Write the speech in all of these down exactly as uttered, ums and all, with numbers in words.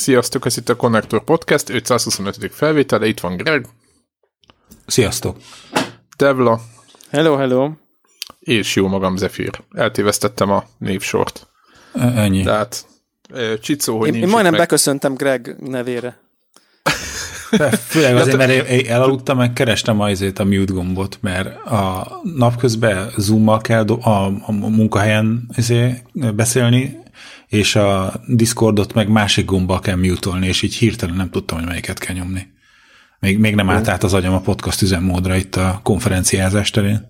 Sziasztok, ez itt a Connector Podcast, ötszázhuszonötödik felvétele, itt van Greg. Sziasztok. Devla. Hello, hello. És jó magam, Zephyr. Eltévesztettem a névsort. Ennyi. Tehát Csicó, hogy én, nincs én majdnem meg. beköszöntem Greg nevére. Főleg azért, mert én elaludtam, meg kerestem azért a mute gombot, mert a napközben Zoom-mal kell do- a, a munkahelyen azért beszélni, és a Discordot meg másik gombbal kell mute-olni, és így hirtelen nem tudtam, hogy melyiket kell nyomni. Még, még nem állt át az agyam a podcast üzemmódra itt a konferenciázás terén.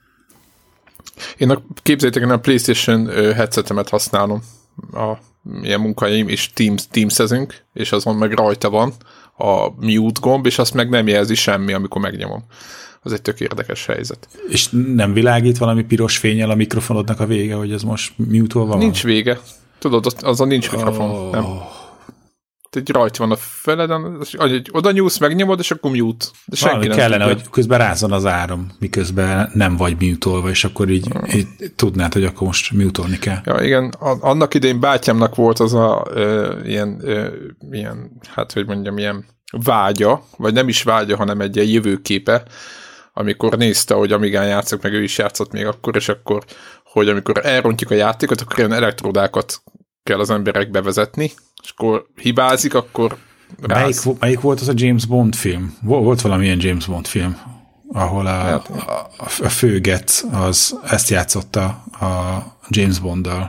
Én a, képzeljétek, én a PlayStation headsetemet használom. A ilyen munkahelyeim, és Teams, Teams-ezünk, és azon meg rajta van a mute gomb, és azt meg nem jelzi semmi, amikor megnyomom. Az egy tök érdekes helyzet. És nem világít valami piros fénnyel a mikrofonodnak a vége, hogy ez most mute-olva van? Nincs vége. Tudod, azon nincs mikrofon. Oh. Nem. Egy rajta van a feleden, oda nyúlsz, megnyomod, és akkor mute. De senki valami nem kellene, tudja. hogy közben rázzon az áram, miközben nem vagy mute-olva, és akkor így, hmm. így tudnád, hogy akkor most mute-olni kell. Ja, igen, annak idején bátyámnak volt az a ö, ilyen, ö, ilyen, hát hogy mondjam, ilyen vágya, vagy nem is vágya, hanem egy ilyen jövőképe, amikor nézte, hogy Amigán játszok, meg ő is játszott még akkor, és akkor, hogy amikor elrontjuk a játékot, akkor ilyen elektrodákat kell az emberek bevezetni, és akkor hibázik, akkor melyik, melyik volt az a James Bond film? Volt valamilyen James Bond film, ahol a, hát, a, a főget az ezt játszotta a James Bonddal.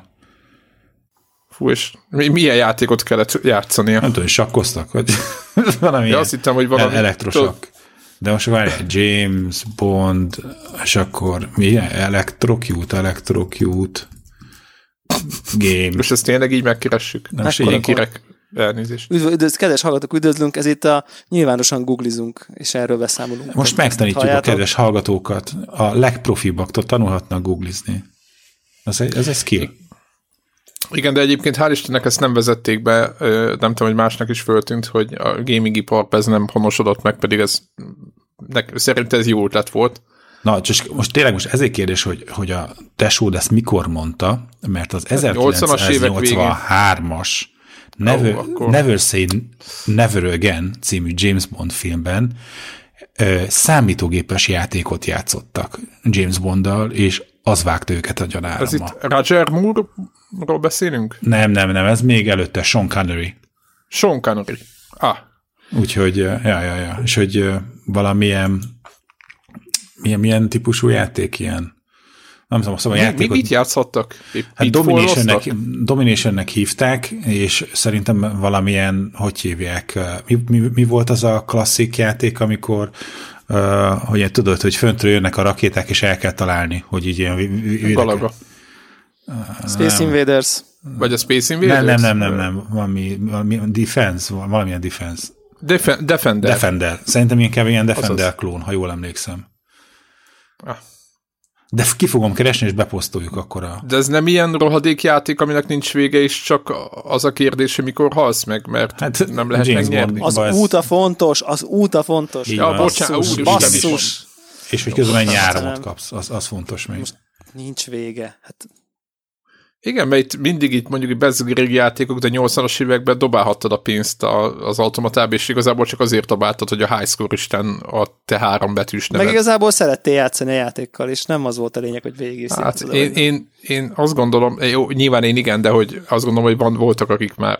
Fú, és milyen játékot kellett játszania? Nem tudom, sakkoztak, vagy valamilyen ja, azt hittem, hogy valami elektrosok. De most várj, James Bond, és akkor mi? Electrocute, Electrocute game. Most ezt tényleg így megkeressük. Nem én kérek elnézést. Üdvöz, kedves hallgatók, üdvözlünk, ez itt a nyilvánosan googlizunk, és erről beszámolunk. Most megtanítjuk a kedves hallgatókat, a legprofibbaktól tanulhatnak googlizni. Ez egy, ez egy skill. Igen, de egyébként hál' Istennek ezt nem vezették be, nem tudom, hogy másnak is föltűnt, hogy a gaming iparban ez nem honosodott meg, pedig ez szerintem ez jó ötlet volt. Na, csak most tényleg most ezért kérdés, hogy, hogy a tesód ezt mikor mondta, mert az ezerkilencszáznyolcvanhármas Never, oh, Never Say Never Again című James Bond filmben ö, számítógépes játékot játszottak James Bonddal, és az vágta őket a gyanára. Ez itt Roger Moore-ról beszélünk? Nem, nem, nem, ez még előtte Sean Connery. Sean Connery. Ah. Úgyhogy, ja, ja, ja, és hogy valamilyen milyen, milyen típusú játék ilyen? Nem tudom, szóval mi, játékot... Mit játszhattak? Hát Dominationnek, Dominationnek hívták, és szerintem valamilyen, hogy hívják, mi, mi, mi volt az a klasszik játék, amikor uh, hogy tudod, hogy föntről jönnek a rakéták, és el kell találni, hogy így ilyen... Galaga. Uh, Space Invaders. Vagy a Space Invaders? Nem, nem, nem, nem, nem. Valami, valami Defense, valamilyen Defense. Defen- Defender. Defender. Szerintem ilyen kevén ilyen Defender klón, ha jól emlékszem. Ah. De ki fogom keresni, és beposztoljuk akkor a... De ez nem ilyen rohadék játék, aminek nincs vége, és csak az a kérdés, hogy mikor halsz meg, mert hát, nem lehet James megnyerni. Az ez... út a fontos, az út a fontos. Ja, bocsánat, basszus, basszus. És hogy közben mennyi áramot kapsz, az, az fontos még. Most nincs vége. Hát... Igen, mert itt mindig itt mondjuk egy bezzegi régi játékok, de nyolcvanas években dobálhattad a pénzt az automatába, és igazából csak azért dobáltad, hogy a high score isten a te három betűs nevet. Meg igazából szerettél játszani a játékkal, és nem az volt a lényeg, hogy végig hát én, én, én azt gondolom, jó, nyilván én igen, de hogy azt gondolom, hogy van, voltak, akik már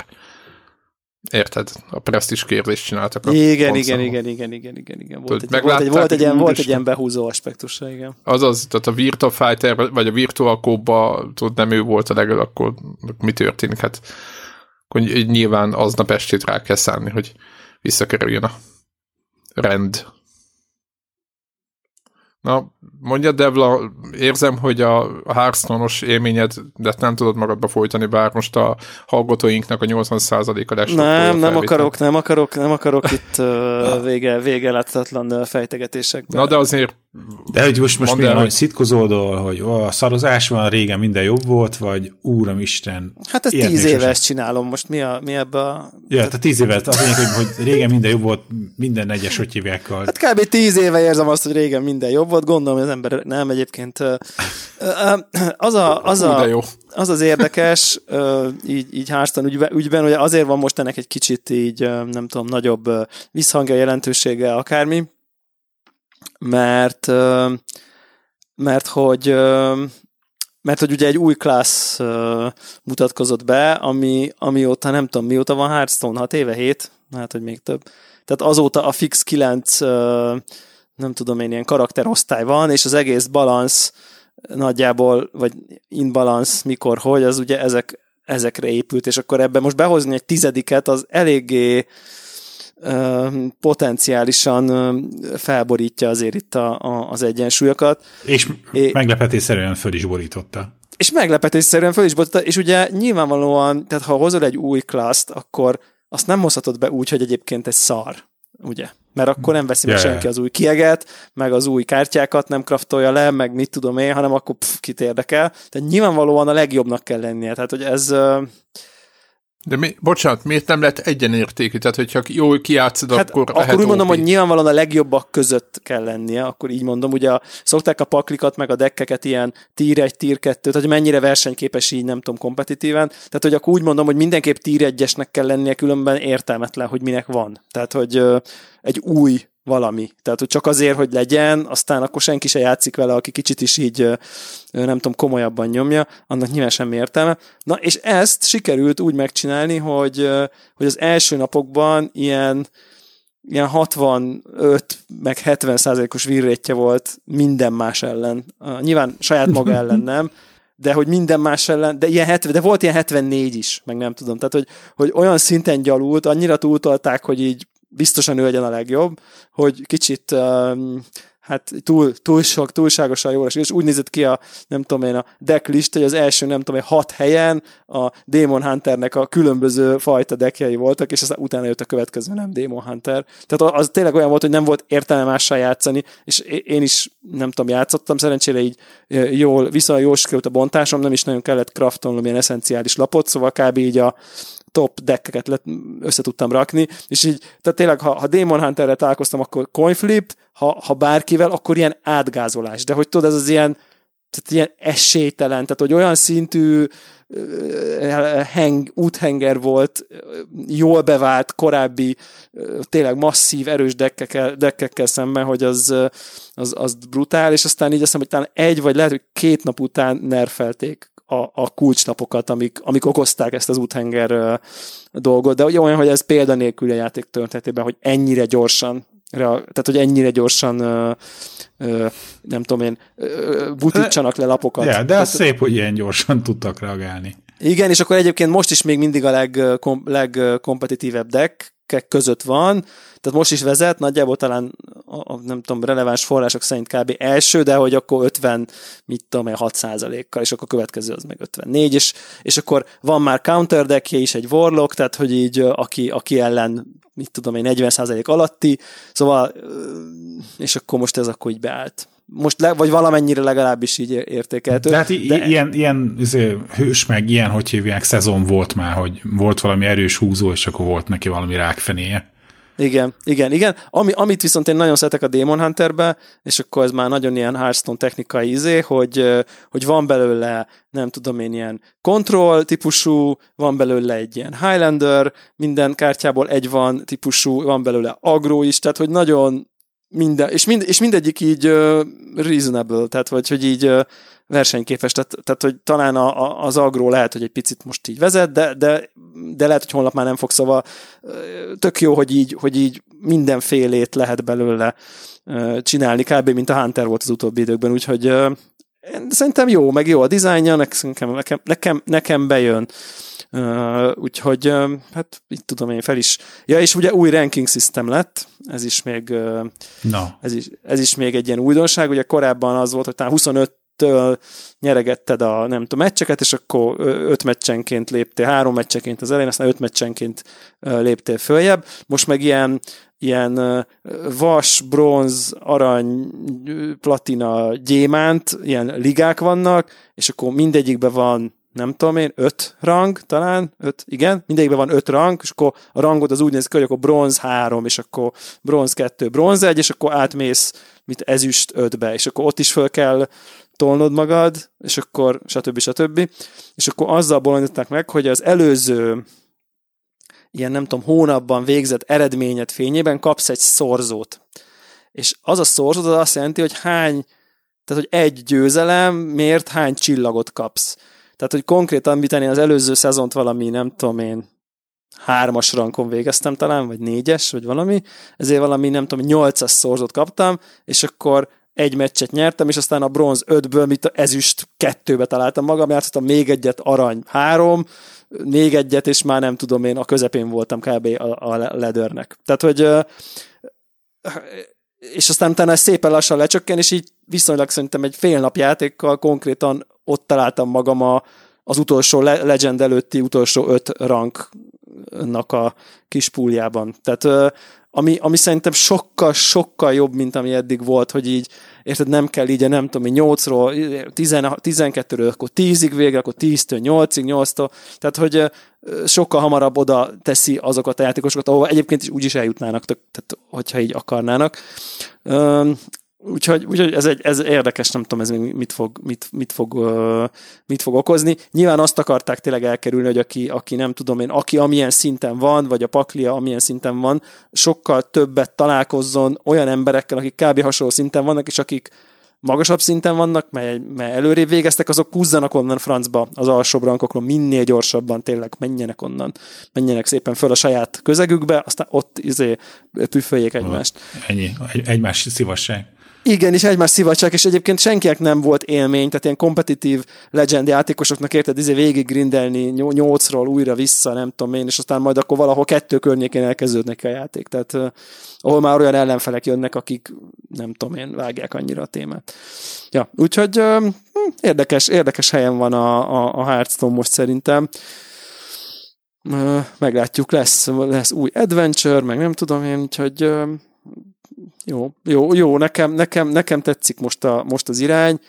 érted, a presztis kérdést csináltak. A igen, igen, igen, igen, igen, igen, igen. Volt, egy, volt, egy, volt, egy, ilyen, volt egy ilyen behúzó aspektusa, igen. Azaz, tehát a Virtua Fighter, vagy a Virtual Cop-ba, tudod, nem ő volt a legalább, akkor mi történik? Hát akkor nyilván aznap estét rá kell szállni, hogy visszakerüljön a rend. Na, mondja, Devla, érzem, hogy a Hearthstone-os élményed, de nem tudod magadba folytani, bár most a hallgatóinknak a nyolcvan százaléka lesokkolja. Nem, nem akarok, nem akarok, nem akarok itt uh, vége, vége láthatatlan fejtegetésekben. Na, de azért... De hogy most, most milyen, hogy szitkozódol, hogy ó, a szarozás van, régen minden jobb volt, vagy Úramisten. Hát ez tíz éve ezt csinálom, most mi, a, mi ebbe a... Ja, tehát tíz évet, az mondjuk, hogy régen minden jobb volt, minden egyes, hogy hívjákkal. Hát kb. tíz éve érzem azt, hogy régen minden jobb volt, gondolom, hogy az ember nem egyébként. Az a... Az a az az érdekes, így, így Hearthstone ügyben, ügyben, hogy azért van most ennek egy kicsit így, nem tudom, nagyobb visszhangja, jelentősége, akármi, mert mert hogy mert hogy ugye egy új class mutatkozott be, ami, amióta nem tudom, mióta van Hearthstone, hat éve, hét? Hát, hogy még több. Tehát azóta a fix kilenc nem tudom én, ilyen karakterosztály van, és az egész balansz nagyjából, vagy inbalance mikor, hogy, az ugye ezek, ezekre épült, és akkor ebben most behozni egy tizediket, az eléggé uh, potenciálisan uh, felborítja azért itt a, a, az egyensúlyokat. És é- meglepetésszerűen föl is borította. És meglepetésszerűen föl is borította, és ugye nyilvánvalóan, tehát ha hozol egy új class-t, akkor azt nem hozhatod be úgy, hogy egyébként egy szar, ugye? Mert akkor nem veszi meg yeah. senki az új kieget, meg az új kártyákat nem kraftolja le, meg mit tudom én, hanem akkor pff, kit érdekel. Tehát nyilvánvalóan a legjobbnak kell lennie. Tehát, hogy ez... De mi, bocsánat, miért nem lett egyenértékű? Tehát, hogyha jól kijátszod, hát akkor akkor úgy mondom, hogy nyilvánvalóan a legjobbak között kell lennie, akkor így mondom. Ugye a, szokták a paklikat, meg a dekkeket ilyen tier egy, tier kettő, tehát hogy mennyire versenyképes így, nem tudom, kompetitíven. Tehát, hogy akkor úgy mondom, hogy mindenképp tier egyesnek kell lennie, különben értelmetlen, hogy minek van. Tehát, hogy ö, egy új valami. Tehát, hogy csak azért, hogy legyen, aztán akkor senki se játszik vele, aki kicsit is így, nem tudom, komolyabban nyomja, annak nyilván semmi értelme. Na, és ezt sikerült úgy megcsinálni, hogy, hogy az első napokban ilyen, ilyen hatvanöt meg hetven százalékos win-rate volt minden más ellen. Nyilván saját maga ellen nem, de hogy minden más ellen, de, ilyen hetven, de volt ilyen hetvennégy is, meg nem tudom. Tehát, hogy, hogy olyan szinten gyalult, annyira túltolták, hogy így biztosan ő legyen a legjobb, hogy kicsit um, hát túl, túl sok, túlságosan jól esik, és úgy nézett ki a, nem tudom én, a decklist, hogy az első, nem tudom én, hat helyen a Demon Hunternek a különböző fajta deckjei voltak, és aztán utána jött a következő, nem Demon Hunter. Tehát az tényleg olyan volt, hogy nem volt értelme mással játszani, és én is, nem tudom, játszottam, szerencsére így jól, viszonylag jól sikerült a bontásom, nem is nagyon kellett craftolnom ilyen eszenciális lapot, szóval kb. Így a top deckeket össze tudtam rakni, és így, tehát tényleg, ha, ha Demon Hunterrel találkoztam, akkor coin flip, ha, ha bárkivel, akkor ilyen átgázolás. De hogy tudod, ez az ilyen, tehát ilyen esélytelen, tehát hogy olyan szintű uh, hang, úthenger volt, uh, jól bevált, korábbi, uh, tényleg masszív, erős deckekkel, deckekkel szemben, hogy az, uh, az, az brutál, és aztán így azt hiszem, hogy talán egy, vagy lehet, hogy két nap után nerfelték a, a kulcsnapokat, amik, amik okozták ezt az úthenger uh, dolgot, de olyan, hogy ez példanélkül a játék történetében, hogy ennyire gyorsan, tehát, hogy ennyire gyorsan uh, uh, nem tudom én, uh, butítsanak le lapokat. Ja, de az szép, hogy ilyen gyorsan tudtak reagálni. Igen, és akkor egyébként most is még mindig a legkompetitívebb leg, deck között van, tehát most is vezet, nagyjából talán a, a, nem tudom, releváns források szerint kb. Első, de hogy akkor ötven, mit tudom én, hat százalékkal, és akkor a következő az meg ötvennégy, és, és akkor van már counter deckje is, egy Warlock, tehát hogy így aki, aki ellen, mit tudom én, negyven százalék alatti, szóval, és akkor most ez akkor így beállt. Most le, vagy valamennyire legalábbis így értékelhető. De hát i- de... ilyen, ilyen izé, hős meg ilyen, hogy hívják, szezon volt már, hogy volt valami erős húzó, és akkor volt neki valami rákfenéje. Igen, igen, igen. Ami, amit viszont én nagyon szeretek a Demon Hunterbe, és akkor ez már nagyon ilyen Hearthstone technikai izé, hogy, hogy van belőle, nem tudom én, ilyen control típusú, van belőle egy ilyen Highlander, minden kártyából egy van típusú, van belőle aggro is, tehát hogy nagyon minden, és, mind, és mindegyik így uh, reasonable, tehát vagy, hogy így uh, versenyképes, tehát, tehát hogy talán a, a, az aggro lehet, hogy egy picit most így vezet, de, de, de lehet, hogy holnap már nem fog, szóval uh, tök jó, hogy így, hogy így mindenfélét lehet belőle uh, csinálni, kb. Mint a Hunter volt az utóbbi időkben, úgyhogy uh, szerintem jó, meg jó a dizájnja, nekem, nekem, nekem, nekem bejön. Uh, úgyhogy uh, hát így tudom én fel is. Ja, és ugye új ranking system lett, ez is még uh, no. ez, is, ez is még egy ilyen újdonság, ugye korábban az volt, hogy talán huszonöttől nyeregetted a nem tudom, meccseket, és akkor öt meccsenként léptél, három meccsenként az elején, aztán öt meccsenként uh, léptél följebb. Most meg ilyen ilyen uh, vas, bronz, arany, platina, gyémánt, ilyen ligák vannak, és akkor mindegyikben van nem tudom én, öt rang talán, öt, igen, mindegyikben van öt rang, és akkor a rangod az úgy néz ki, hogy akkor bronz három, és akkor bronz kettő, bronz egy, és akkor átmész, mint ezüst ötbe, és akkor ott is föl kell tolnod magad, és akkor stb. stb. És akkor azzal bolondították meg, hogy az előző ilyen nem tudom, hónapban végzett eredményed fényében kapsz egy szorzót. És az a szorzót az azt jelenti, hogy hány, tehát hogy egy győzelem miért hány csillagot kapsz. Tehát, hogy konkrétan mit tenni az előző szezont valami, nem tudom én, hármas rankon végeztem talán, vagy négyes, vagy valami, ezért valami, nem tudom, nyolcas szorzót kaptam, és akkor egy meccset nyertem, és aztán a bronz ötből, mit a ezüst kettőbe találtam magam, játszottam még egyet, arany három, még egyet, és már nem tudom én, a közepén voltam kb. a, a ledörnek. Tehát, hogy és aztán utána szépen lassan lecsökken, és így viszonylag szerintem egy fél nap játékkal konkrétan ott találtam magam a, az utolsó Legend előtti utolsó öt ranknak a kis púljában. Tehát ami, ami szerintem sokkal, sokkal jobb, mint ami eddig volt, hogy így, érted, nem kell így, nem tudom, nyolcról, tizenkettőről, akkor tízig végre, akkor tíztől nyolcig, nyolctól, tehát, hogy sokkal hamarabb oda teszi azokat a játékosokat, ahol egyébként is úgyis eljutnának, tehát, hogyha így akarnának. Úgyhogy, úgyhogy ez, egy, ez érdekes, nem tudom, ez mit fog, mit, mit, fog, uh, mit fog okozni. Nyilván azt akarták tényleg elkerülni, hogy aki, aki nem tudom én, aki amilyen szinten van, vagy a paklia amilyen szinten van, sokkal többet találkozzon olyan emberekkel, akik kb. Hasonló szinten vannak, és akik magasabb szinten vannak, mert, mert előrébb végeztek, azok húzzanak onnan francba az alsóbb rankokról, minél gyorsabban tényleg menjenek onnan, menjenek szépen föl a saját közegükbe, aztán ott izé püföljék egymást. Ennyi, egy, egymás szívasság. Igen, és egymás szivacsák, és egyébként senkinek nem volt élmény, tehát ilyen kompetitív Legend játékosoknak érted, izé végig grindelni nyolcról újra vissza, nem tudom én, és aztán majd akkor valahol kettő környékén elkezdődnek a játék. Tehát uh, ahol már olyan ellenfelek jönnek, akik nem tudom én, vágják annyira a témát. Ja, úgyhogy uh, érdekes, érdekes helyen van a, a, a Hearthstone most szerintem. Uh, meglátjuk, lesz, lesz új adventure, meg nem tudom én, úgyhogy uh, Jó, jó, jó, nekem, nekem, nekem tetszik most, a, most az irány.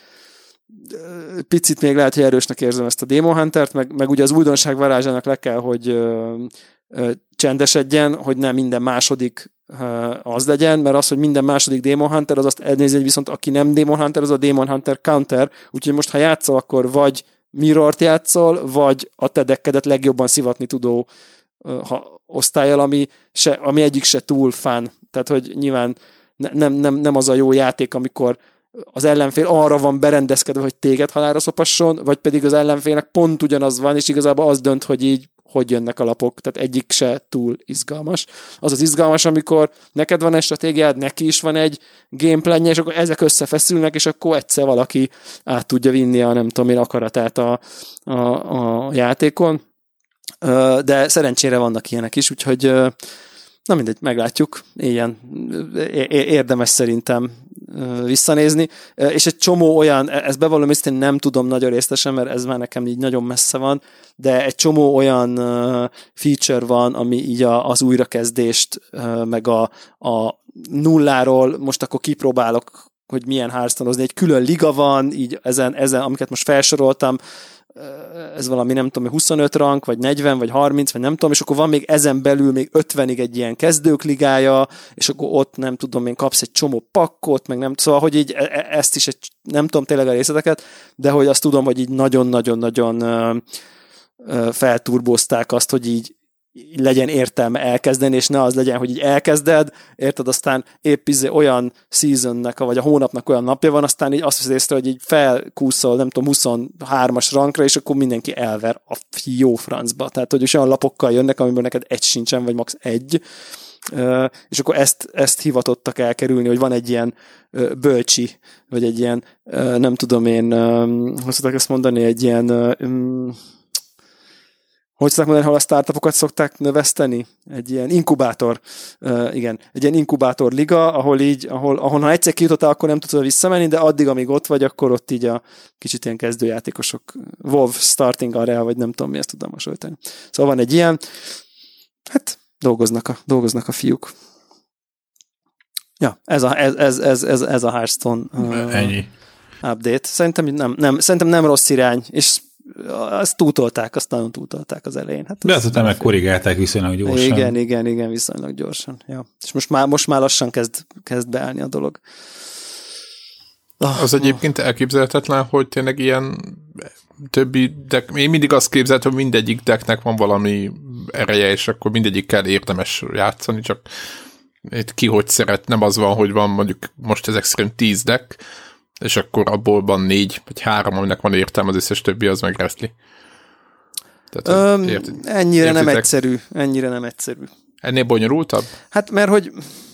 Picit még lehet, hogy erősnek érzem ezt a Demon Huntert, meg, meg ugye az újdonság varázsának le kell, hogy ö, ö, csendesedjen, hogy nem minden második ö, az legyen, mert az, hogy minden második Demon Hunter, az azt elnézi, hogy viszont aki nem Demon Hunter, az a Demon Hunter Counter, úgyhogy most ha játszol, akkor vagy Mirrort játszol, vagy a te dekkedet legjobban szivatni tudó ö, ha, osztályal, ami, se, ami egyik se túl fán. Tehát, hogy nyilván ne, nem, nem, nem az a jó játék, amikor az ellenfél arra van berendezkedve, hogy téged halálra szopasson, vagy pedig az ellenfélnek pont ugyanaz van, és igazából az dönt, hogy így hogy jönnek a lapok. Tehát egyik se túl izgalmas. Az az izgalmas, amikor neked van egy stratégiád, neki is van egy gameplanje, és akkor ezek összefeszülnek, és akkor egyszer valaki át tudja vinni a nem tudom én akaratát a, a, a játékon. De szerencsére vannak ilyenek is, úgyhogy na mindegy, meglátjuk. Ilyen érdemes szerintem visszanézni. És egy csomó olyan, ezt bevallom, ezt én nem tudom nagyon részletesen, mert ez már nekem így nagyon messze van, de egy csomó olyan feature van, ami így az újrakezdést, meg a, a nulláról most akkor kipróbálok, hogy milyen Hearthstone-ozni. Egy külön liga van, így ezen, ezen, amiket most felsoroltam, ez valami nem tudom, huszonöt rank, vagy negyven, vagy harminc, vagy nem tudom, és akkor van még ezen belül még ötvenig egy ilyen kezdők ligája, és akkor ott nem tudom, én kapsz egy csomó pakkot, meg nem, szóval, hogy így ezt is egy, nem tudom tényleg a részleteket, de hogy azt tudom, hogy így nagyon-nagyon-nagyon felturbózták azt, hogy így legyen értelme elkezdeni, és ne az legyen, hogy így elkezded, érted, aztán épp izé olyan seasonnek, vagy a hónapnak olyan napja van, aztán így azt veszed észre, hogy így felkúszol, nem tudom, huszonhármas rankra, és akkor mindenki elver a jó francba. Tehát, hogy olyan lapokkal jönnek, amiből neked egy sincsen, vagy max. egy, és akkor ezt, ezt hivatottak elkerülni, hogy van egy ilyen bölcsi, vagy egy ilyen, nem tudom én, hogy szokták ezt mondani, egy ilyen hogy szokták mondani, hol a startupokat szokták növeszteni? Egy ilyen inkubátor, uh, igen, egy ilyen inkubátor liga, ahol így, ahol, ahol ha egyszer kijutottál, akkor nem tudod visszamenni, de addig, amíg ott vagy, akkor ott így a kicsit ilyen kezdőjátékosok, WoW Starting Area, vagy nem tudom, mi ezt tudom hasonlítani. Szóval van egy ilyen, hát dolgoznak a, dolgoznak a fiúk. Ja, ez a, ez, ez, ez, ez, ez a Hearthstone uh, Ennyi. update. Szerintem nem, nem, szerintem nem rossz irány, és azt túltolták, azt nagyon túltolták az elején. Hát de aztán meg korrigálták viszonylag gyorsan. Igen, igen, igen, viszonylag gyorsan. Ja. És most már, most már lassan kezd, kezd beállni a dolog. Oh, az egyébként elképzelhetetlen, hogy tényleg ilyen többi deck, én mindig azt képzeltem, hogy mindegyik decknek van valami ereje, és akkor mindegyikkel érdemes játszani, csak itt ki hogy szeret, nem az van, hogy van mondjuk most ezek szerint tíz deck, és akkor abból van négy, vagy három, aminek van értelme, az összes többi az meg reszli. Tehát, Öm, ért, ennyire értitek? nem egyszerű. Ennyire nem egyszerű. Ennél bonyolultabb? Hát mert hogy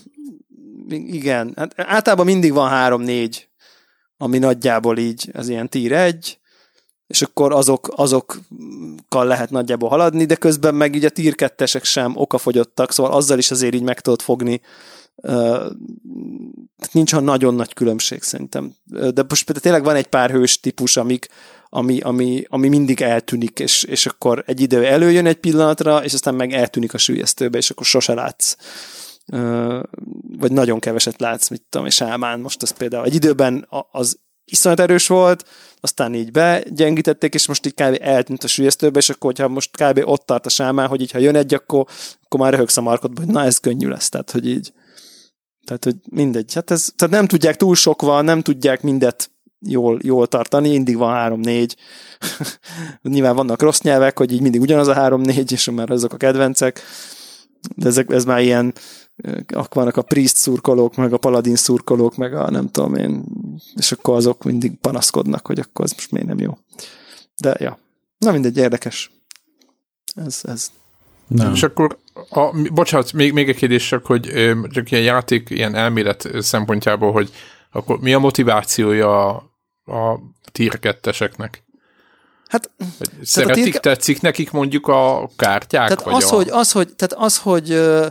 igen, hát általában mindig van három-négy, ami nagyjából így, az ilyen tier egy, és akkor azok, azokkal lehet nagyjából haladni, de közben meg így a tier kettesek sem okafogyottak, szóval azzal is azért így meg tudod fogni. Uh, nincs olyan nagyon nagy különbség szerintem. De most például tényleg van egy pár hős típus, amik, ami, ami, ami mindig eltűnik, és, és akkor egy idő előjön egy pillanatra, és aztán meg eltűnik a süllyesztőbe, és akkor sose látsz. Uh, vagy nagyon keveset látsz, mit tudom, és Sámán most az például egy időben az iszonyat erős volt, aztán így begyengítették, és most így kb. Eltűnt a süllyesztőbe, és akkor, hogyha most kb. Ott tart a Sámán, hogy így, ha jön egy, akkor, akkor már röhögsz a markodba, hogy na, ez könnyű lesz, tehát, hogy így tehát, hogy mindegy. Hát ez, tehát nem tudják, túl sok van, nem tudják mindet jól, jól tartani, mindig van három-négy. Nyilván vannak rossz nyelvek, hogy így mindig ugyanaz a három-négy, és már azok a kedvencek, de ezek, ez már ilyen, akkor vannak a priest szurkolók, meg a paladin szurkolók, meg a nem tudom én, és akkor azok mindig panaszkodnak, hogy akkor ez most miért nem jó. De ja, na mindegy, érdekes. Ez, ez. Nem. És akkor, a, bocsánat, még, még egy kérdés csak, hogy csak ilyen játék, ilyen elmélet szempontjából, hogy akkor mi a motivációja a, a tier ketteseknek? Hát, szeretik, tír... tetszik nekik mondjuk a kártyák? Tehát vagy az, a... hogy, az, hogy, tehát az, hogy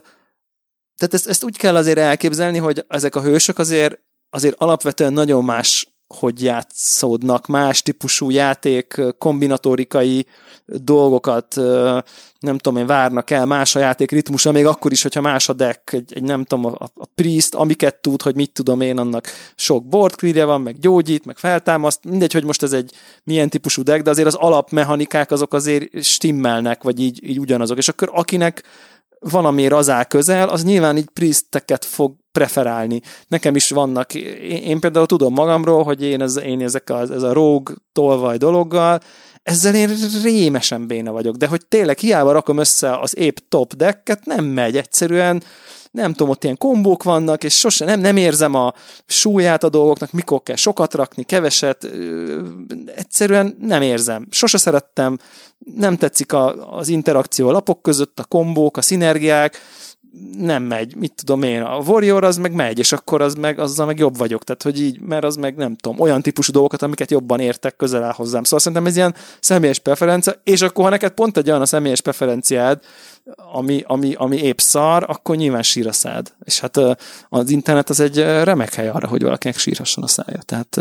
tehát ezt, ezt úgy kell azért elképzelni, hogy ezek a hősök azért, azért alapvetően nagyon más, hogy játszódnak, más típusú játék, kombinatorikai dolgokat, nem tudom én, várnak el, más a játék ritmusa, még akkor is, hogyha más a deck, egy, egy nem tudom, a, a priest, amiket tud, hogy mit tudom én, annak sok board clearje van, meg gyógyít, meg feltámaszt, mindegy, hogy most ez egy milyen típusú deck, de azért az alapmechanikák azok azért stimmelnek, vagy így, így ugyanazok, és akkor akinek valamiért az áll közel, az nyilván így priesteket fog preferálni. Nekem is vannak, én, én például tudom magamról, hogy én, ez, én ezek a, ez a rogue tolvaj dologgal, ezzel én rémesen béna vagyok, de hogy tényleg hiába rakom össze az épp top decket, nem megy egyszerűen, nem tudom, ott ilyen kombók vannak, és sose nem, nem érzem a súlyát a dolgoknak, mikor kell sokat rakni, keveset, egyszerűen nem érzem. Sose szerettem, nem tetszik a, az interakció a lapok között, a kombók, a szinergiák, nem megy, mit tudom én, a Warrior az meg megy, és akkor az meg, azzal meg jobb vagyok, tehát hogy így, mert az meg nem tudom, olyan típusú dolgokat, amiket jobban értek, közel áll hozzám. Szóval szerintem ez ilyen személyes preferencia, és akkor ha neked pont egy olyan a személyes preferenciád, ami, ami, ami épp szar, akkor nyilván sír a szád. És hát az internet az egy remek hely arra, hogy valakinek sírhasson a szája. Tehát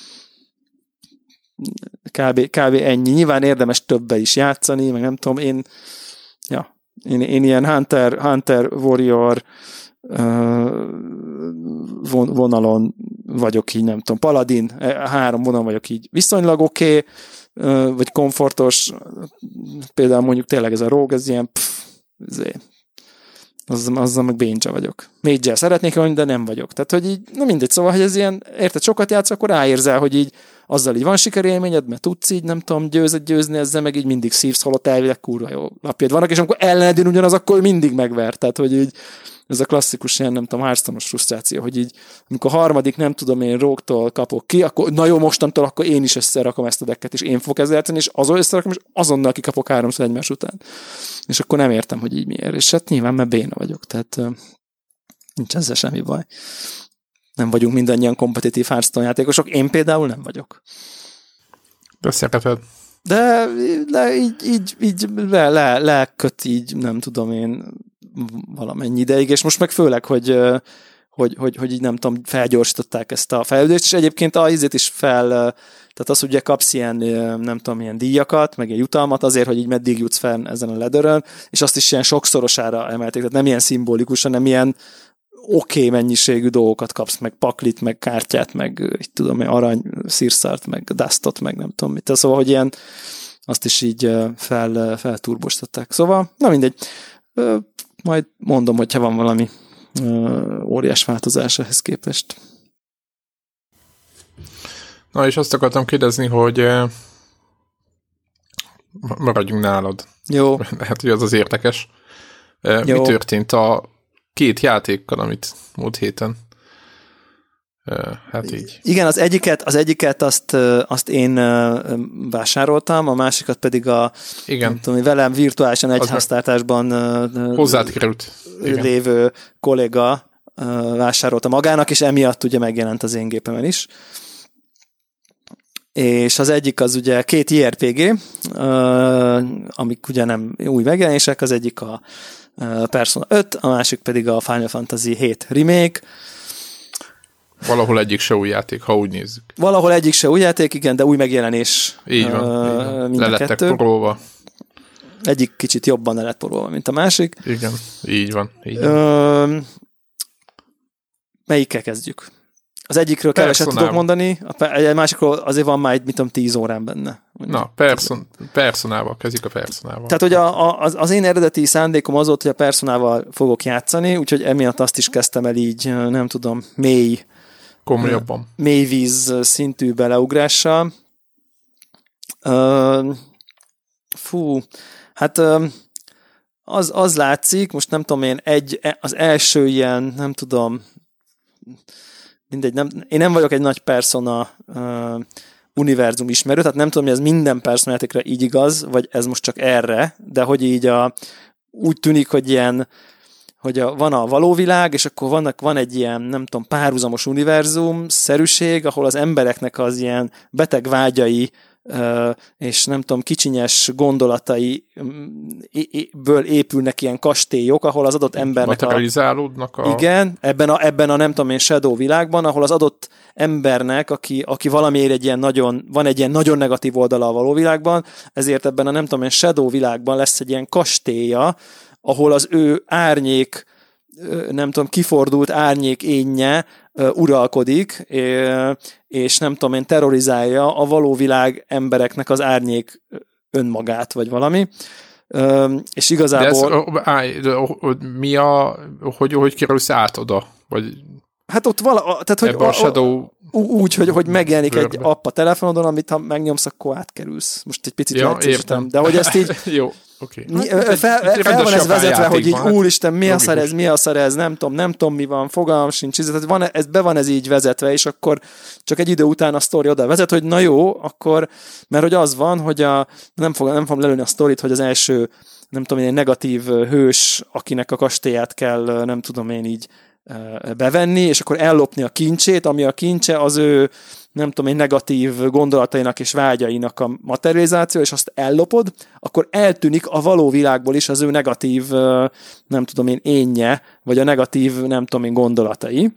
kb, kb. Ennyi. Nyilván érdemes többel is játszani, meg nem tudom, én ja, Én, én ilyen Hunter, Hunter Warrior uh, vonalon vagyok így, nem tudom, Paladin, három vonalon vagyok így viszonylag oké, okay, uh, vagy komfortos, például mondjuk tényleg ez a Rogue, ez ilyen pff, azzal, azzal meg béncsa vagyok. Mage-el szeretnék lenni, de nem vagyok. Tehát, hogy így, na mindegy, szóval, hogy ez ilyen, érted, sokat játsz, akkor ráérzel, hogy így azzal így van sikerélményed, mert tudsz így, nem tudom, győzet győzni ezzel, meg így mindig szívsz, holott elvileg kurva jó lapjad vannak, és amikor ellened ugyanaz, akkor mindig megver. Tehát, hogy így ez a klasszikus ilyen, nem tudom, Hearthstone-os frusztráció, hogy így, amikor a harmadik, nem tudom én, Rogue-tól kapok ki, akkor na jó, mostantól akkor én is összerakom ezt a decket, és én fogok ezzel játszani, és azon összerakom, és azonnal kikapok háromszor egymás után. És akkor nem értem, hogy így miért. És hát nyilván, mert béna vagyok, tehát nincs ezzel semmi baj. Nem vagyunk mindannyian kompetitív Hearthstone játékosok, én például nem vagyok. De szereted. De, de így, így, így le, le, leköt így, nem tudom én, valamennyi ideig, és most meg főleg, hogy, hogy, hogy, hogy így nem tudom, felgyorsították ezt a fejlődést, és egyébként a izét is fel, tehát az ugye kapsz ilyen, nem tudom, ilyen díjakat, meg egy jutalmat azért, hogy így meddig jutsz fel ezen a ledörön, és azt is ilyen sokszorosára emelték, tehát nem ilyen szimbolikus, hanem ilyen oké okay mennyiségű dolgokat kapsz, meg paklit, meg kártyát, meg így tudom, arany szírszart, meg dustot, meg nem tudom mit. Szóval, hogy ilyen azt is így fel, felturbosították. Szóval, na mindegy. Majd mondom, hogyha van valami óriás változás ehhez képest. Na, és azt akartam kérdezni, hogy maradjunk nálad. Jó. Hát, hogy az az érdekes. Jó. Mi történt a két játékkal, amit múlt héten? Hát így. Igen, az egyiket, az egyiket azt, azt én vásároltam, a másikat pedig a igen. Nem tudom, velem virtuálisan egyháztartásban hozzád került lévő kolléga vásárolta magának, és emiatt ugye megjelent az én gépemen is. És az egyik az ugye két i er pé gé, amik ugye nem új megjelenések, az egyik a Persona öt, a másik pedig a Final Fantasy hét remake. Valahol egyik se új játék, ha úgy nézzük. Valahol egyik se új játék, igen, de új megjelenés. Így van. Uh, így van. Le lettek porolva. Egyik kicsit jobban le lett porolva, mint a másik. Igen, így van. Így van. Uh, melyikkel kezdjük? Az egyikről keveset tudok mondani, a másikról azért van már egy, mit tudom, tíz órán benne. Na, person, personával, kezdjük a personával. Tehát, hogy a, a, az, az én eredeti szándékom az volt, hogy a personával fogok játszani, úgyhogy emiatt azt is kezdtem el így, nem tudom, mély komolyabban. Mély víz szintű beleugrással. Uh, fú, hát uh, az, az látszik, most nem tudom én, egy, az első ilyen, nem tudom, mindegy, nem, én nem vagyok egy nagy Persona uh, univerzum ismerő, tehát nem tudom, hogy ez minden Persona játékra így igaz, vagy ez most csak erre, de hogy így a, úgy tűnik, hogy ilyen, hogy a, van a való világ, és akkor vannak, van egy ilyen, nem tudom, párhuzamos univerzum szerűség, ahol az embereknek az ilyen beteg vágyai és nem tudom, kicsinyes gondolataiből épülnek ilyen kastélyok, ahol az adott embernek materializálódnak a... Igen, ebben a, ebben a nem tudom én Shadow világban, ahol az adott embernek, aki, aki valamiért egy ilyen nagyon, van egy ilyen nagyon negatív oldala a való világban, ezért ebben a nem tudom én Shadow világban lesz egy ilyen kastélya, ahol az ő árnyék, nem tudom, kifordult árnyék énje uralkodik, és nem tudom én, terrorizálja a való világ embereknek az árnyék önmagát, vagy valami. És igazából... De ez, állj, de mi a... Hogy, hogy kerülsz át oda? Vagy... Hát ott vala... Tehát, hogy a Shadow... Úgy, hogy, hogy megjelenik Bőrbe. Egy app a telefonodon, amit ha megnyomsz, akkor átkerülsz. Most egy picit ja, leegyszerűsítem, de hogy ezt így... Jó. Okay. Fel, fel, fel van ez vezetve, hogy így hát úristen, mi a szar ez, mi a szar ez, nem tudom, nem tudom mi van, fogalmam sincs, tehát van, ez be van ez így vezetve, és akkor csak egy idő után a sztori oda vezet, hogy na jó, akkor, mert hogy az van, hogy a, nem fogom nem fog lelőni a sztorit, hogy az első, nem tudom én, negatív hős, akinek a kastélyát kell, nem tudom én így bevenni, és akkor ellopni a kincsét, ami a kincse az ő nem tudom én, negatív gondolatainak és vágyainak a materializáció, és azt ellopod, akkor eltűnik a való világból is az ő negatív, nem tudom én, énje, vagy a negatív, nem tudom én, gondolatai.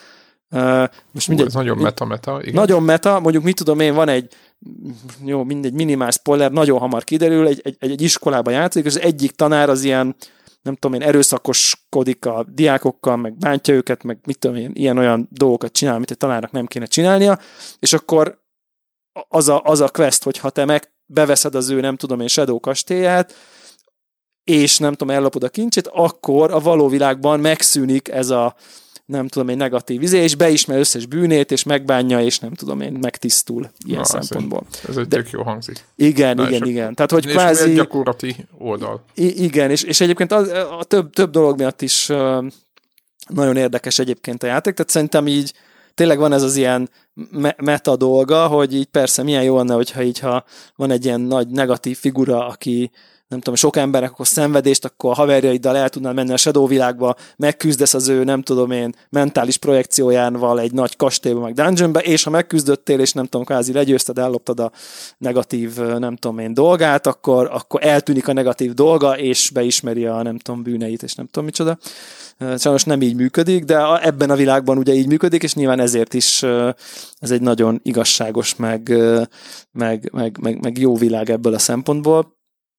Most mindegy, ez nagyon meta-meta. Igen. Nagyon meta, mondjuk mit tudom én, van egy, jó, mindegy, minimál spoiler, nagyon hamar kiderül, egy, egy, egy iskolában játszik, és az egyik tanár az ilyen, nem tudom én, erőszakoskodik a diákokkal, meg bántja őket, meg mit tudom én, ilyen-olyan dolgokat csinál, amit egy tanárnak nem kéne csinálnia, és akkor az a, az a quest, hogyha te meg beveszed az ő, nem tudom én, Shadow kastélyát, és nem tudom, ellopod a kincsét, akkor a való világban megszűnik ez a, nem tudom én, negatív izé, és beismer összes bűnét, és megbánja, és nem tudom én, megtisztul ilyen Na, szempontból. Ez egy, ez egy tök jó hangzik. Igen, Na, igen, igen. Tehát, hogy kvázi... egy gyakorlati oldal. I- igen, és, és egyébként az, a több, több dolog miatt is uh, nagyon érdekes egyébként a játék, tehát szerintem így tényleg van ez az ilyen me- meta dolga, hogy így persze milyen jó lenne, hogyha így, ha van egy ilyen nagy negatív figura, aki nem tudom, sok embernek akkor szenvedést, akkor a haverjaiddal el tudnál menni a Shadow világba, megküzdesz az ő, nem tudom én, mentális projekciójával egy nagy kastélyba, meg dungeonbe, és ha megküzdöttél, és nem tudom, kvázi legyőzted, elloptad a negatív, nem tudom én, dolgát, akkor, akkor eltűnik a negatív dolga, és beismeri a nem tudom bűneit, és nem tudom micsoda. Sajnos nem így működik, de ebben a világban ugye így működik, és nyilván ezért is ez egy nagyon igazságos, meg, meg, meg, meg, meg jó világ ebből a szempontból.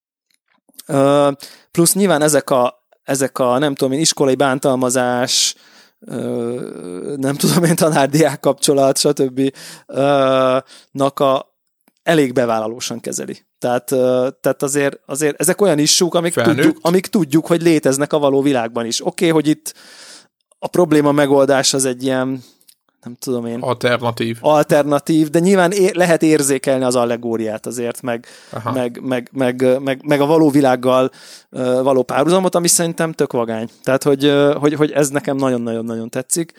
Uh, plusz nyilván ezek a, ezek a nem tudom én, iskolai bántalmazás, uh, nem tudom én, tanár-diák kapcsolat, stb. Uh, nak a elég bevállalósan kezeli. Tehát, uh, tehát azért, azért ezek olyan issúk, amik tudjuk, amik tudjuk, hogy léteznek a való világban is. Oké, okay, hogy itt a probléma megoldás az egy ilyen nem tudom én. Alternatív. Alternatív, de nyilván é- lehet érzékelni az allegóriát azért, meg, meg, meg, meg, meg, meg a való világgal uh, való párhuzamot, ami szerintem tök vagány. Tehát, hogy, uh, hogy, hogy ez nekem nagyon-nagyon-nagyon tetszik.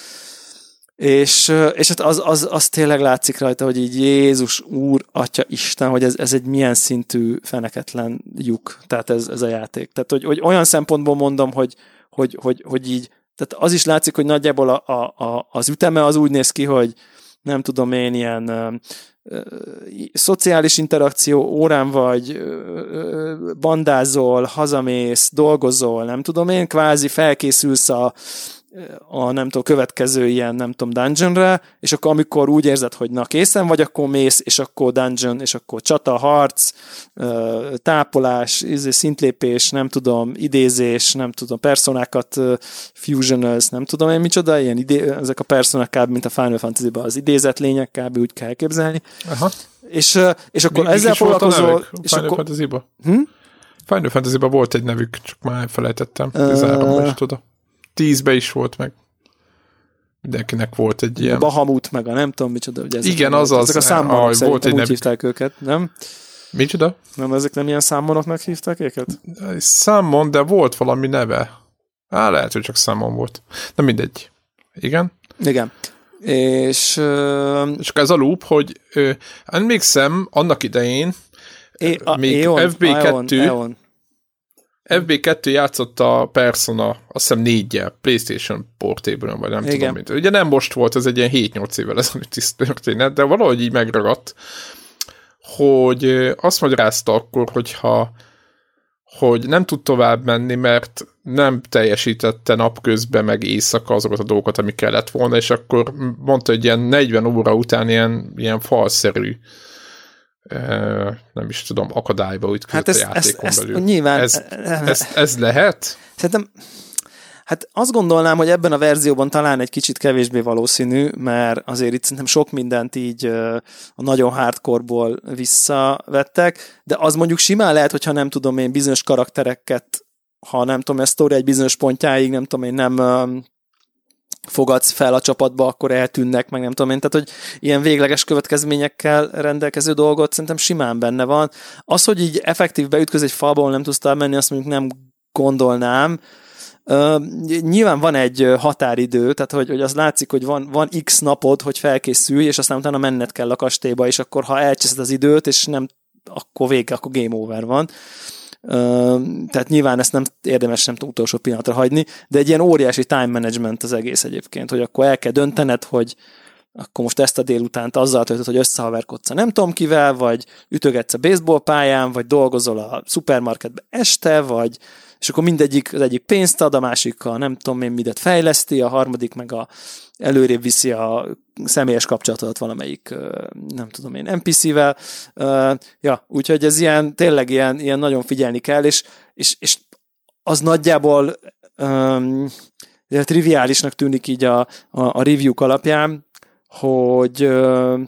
És, uh, és hát az, az, az tényleg látszik rajta, hogy így Jézus, Úr, Atya, Isten, hogy ez, ez egy milyen szintű feneketlen lyuk, tehát ez, ez a játék. Tehát, hogy, hogy olyan szempontból mondom, hogy, hogy, hogy, hogy így tehát az is látszik, hogy nagyjából a, a, a, az üteme az úgy néz ki, hogy nem tudom én, ilyen ö, ö, szociális interakció órán vagy, ö, ö, bandázol, hazamész, dolgozol, nem tudom én, kvázi felkészülsz a, a nem tudom, következő ilyen, nem tudom, dungeonre, és akkor amikor úgy érzed, hogy na készen vagy, akkor mész, és akkor dungeon, és akkor csata, harc, tápolás, szintlépés, nem tudom, idézés, nem tudom, personákat fusionals, nem tudom én micsoda, ilyen idé, ezek a personák kb. Mint a Final Fantasy-ban az idézett lények, kb. Úgy kell elképzelni. Aha. És, és akkor Mi, ezzel foglalkozol... És Final akkor... Fantasy-ban? Hm? Final Fantasy-ban volt egy nevük, csak már elfelejtettem. Tizenháromban uh... is tudom. Tízbe is volt meg. Mindenkinek volt egy ilyen... Bahamut, meg a nem tudom micsoda. Ugye ezek igen, nem, az az. ezek a számmonok szerintem volt egy úgy nev... hívták őket, nem? Micsoda? Nem, ezek nem ilyen számmonoknak hívták őket? Számon, de volt valami neve. Á, lehet, hogy csak számon volt. De mindegy. Igen? Igen. És... Uh... És ez a loop, hogy uh, emlékszem, annak idején é, a, még Eon, ef bé kettő Eon, Eon. ef bé kettő játszott a Persona, azt hiszem négyel, PlayStation Portable-on, vagy nem Igen. tudom mint. Ugye nem most volt, ez egy ilyen hét-nyolc évvel ezelőtt is történet, de valahogy így megragadt, hogy azt magyarázta akkor, hogyha hogy nem tud tovább menni, mert nem teljesítette napközben meg éjszaka azokat a dolgokat, ami kellett volna, és akkor mondta, hogy ilyen negyven óra után ilyen, ilyen falszerű nem is tudom, akadályba ütközött hát a játékon ezt, belül. Ezt, nyilván, ez, ez, ez lehet? Szerintem, hát azt gondolnám, hogy ebben a verzióban talán egy kicsit kevésbé valószínű, mert azért itt szerintem sok mindent így a nagyon hardcore-ból visszavettek, de az mondjuk simán lehet, hogyha nem tudom én bizonyos karaktereket, ha nem tudom, a sztori egy bizonyos pontjáig, nem tudom én, nem fogadsz fel a csapatba, akkor eltűnnek, meg nem tudom én, tehát, hogy ilyen végleges következményekkel rendelkező dolgot szerintem simán benne van. Az, hogy így effektív beütköz egy falba, nem tudsz menni, azt mondjuk nem gondolnám. Uh, nyilván van egy határidő, tehát hogy, hogy az látszik, hogy van, van x napod, hogy felkészülj, és aztán utána menned kell a kastélyba, és akkor ha elcseszed az időt, és nem, akkor vége, akkor game over van. Uh, tehát nyilván ezt nem érdemes nem utolsó pillanatra hagyni, de egy ilyen óriási time management az egész egyébként, hogy akkor el kell döntened, hogy akkor most ezt a délutánt azzal töltöd, hogy összehaverkodsz a nem tudom kivel, vagy ütögetsz a baseball pályán, vagy dolgozol a szupermarketbe este, vagy és akkor mindegyik, az egyik pénzt ad, a másik a nem tudom én midet fejleszti, a harmadik meg a előrébb viszi a személyes kapcsolatot valamelyik, nem tudom én, en pé cé-vel. Ja, úgyhogy ez ilyen, tényleg ilyen, ilyen nagyon figyelni kell, és, és, és az nagyjából um, triviálisnak tűnik így a, a, a review-k alapján, hogy uh,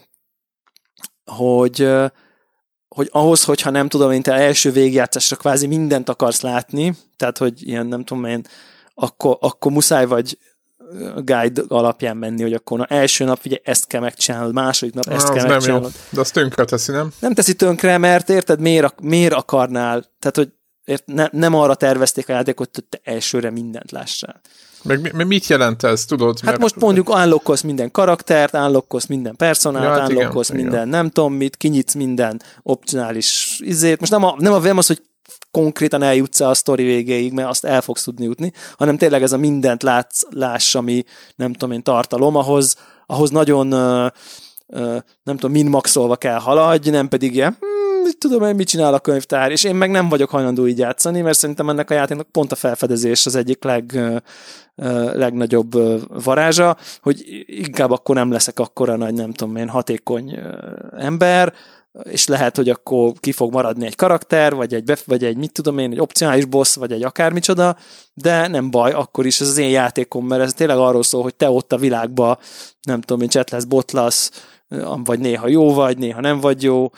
hogy uh, hogy ahhoz, hogyha nem tudom én, te első végigjátszásra kvázi mindent akarsz látni, tehát, hogy ilyen nem tudom én, akkor, akkor muszáj vagy guide alapján menni, hogy akkor na, első nap ugye ezt kell megcsinálnod, második nap ezt na, kell megcsinálnod. Jó. De azt tönkre teszi, nem? Nem teszi tönkre, mert érted, miért, miért akarnál? Tehát, hogy ért, ne, nem arra tervezték a játékot, hogy te elsőre mindent lássál. Meg mi, mit jelent ez, tudod? Hát mert... most mondjuk unlockolsz minden karaktert, unlockolsz minden personát, ja, hát unlockolsz minden igen. nem tudom mit, kinyitsz minden opcionális izét. Most nem, a, nem, a, nem az, hogy konkrétan eljutsz a sztori végéig, mert azt el fogsz tudni jutni, hanem tényleg ez a mindent látsz, láss, ami nem tudom én tartalom, ahhoz, ahhoz nagyon uh, uh, nem tudom, min-maxolva kell haladj, nem pedig ilyen hmm, tudom én, mit csinál a könyvtár, és én meg nem vagyok hajlandó így játszani, mert szerintem ennek a játéknak pont a felfedezés az egyik leg, uh, legnagyobb uh, varázsa, hogy inkább akkor nem leszek akkora nagy, nem tudom én, hatékony uh, ember, és lehet, hogy akkor ki fog maradni egy karakter, vagy egy, bef- vagy egy mit tudom én, egy opcionális boss, vagy egy akármicsoda, de nem baj, akkor is ez az én játékom, mert ez tényleg arról szól, hogy te ott a világban, nem tudom én, csetlesz, botlasz, vagy néha jó vagy, néha nem vagy jó,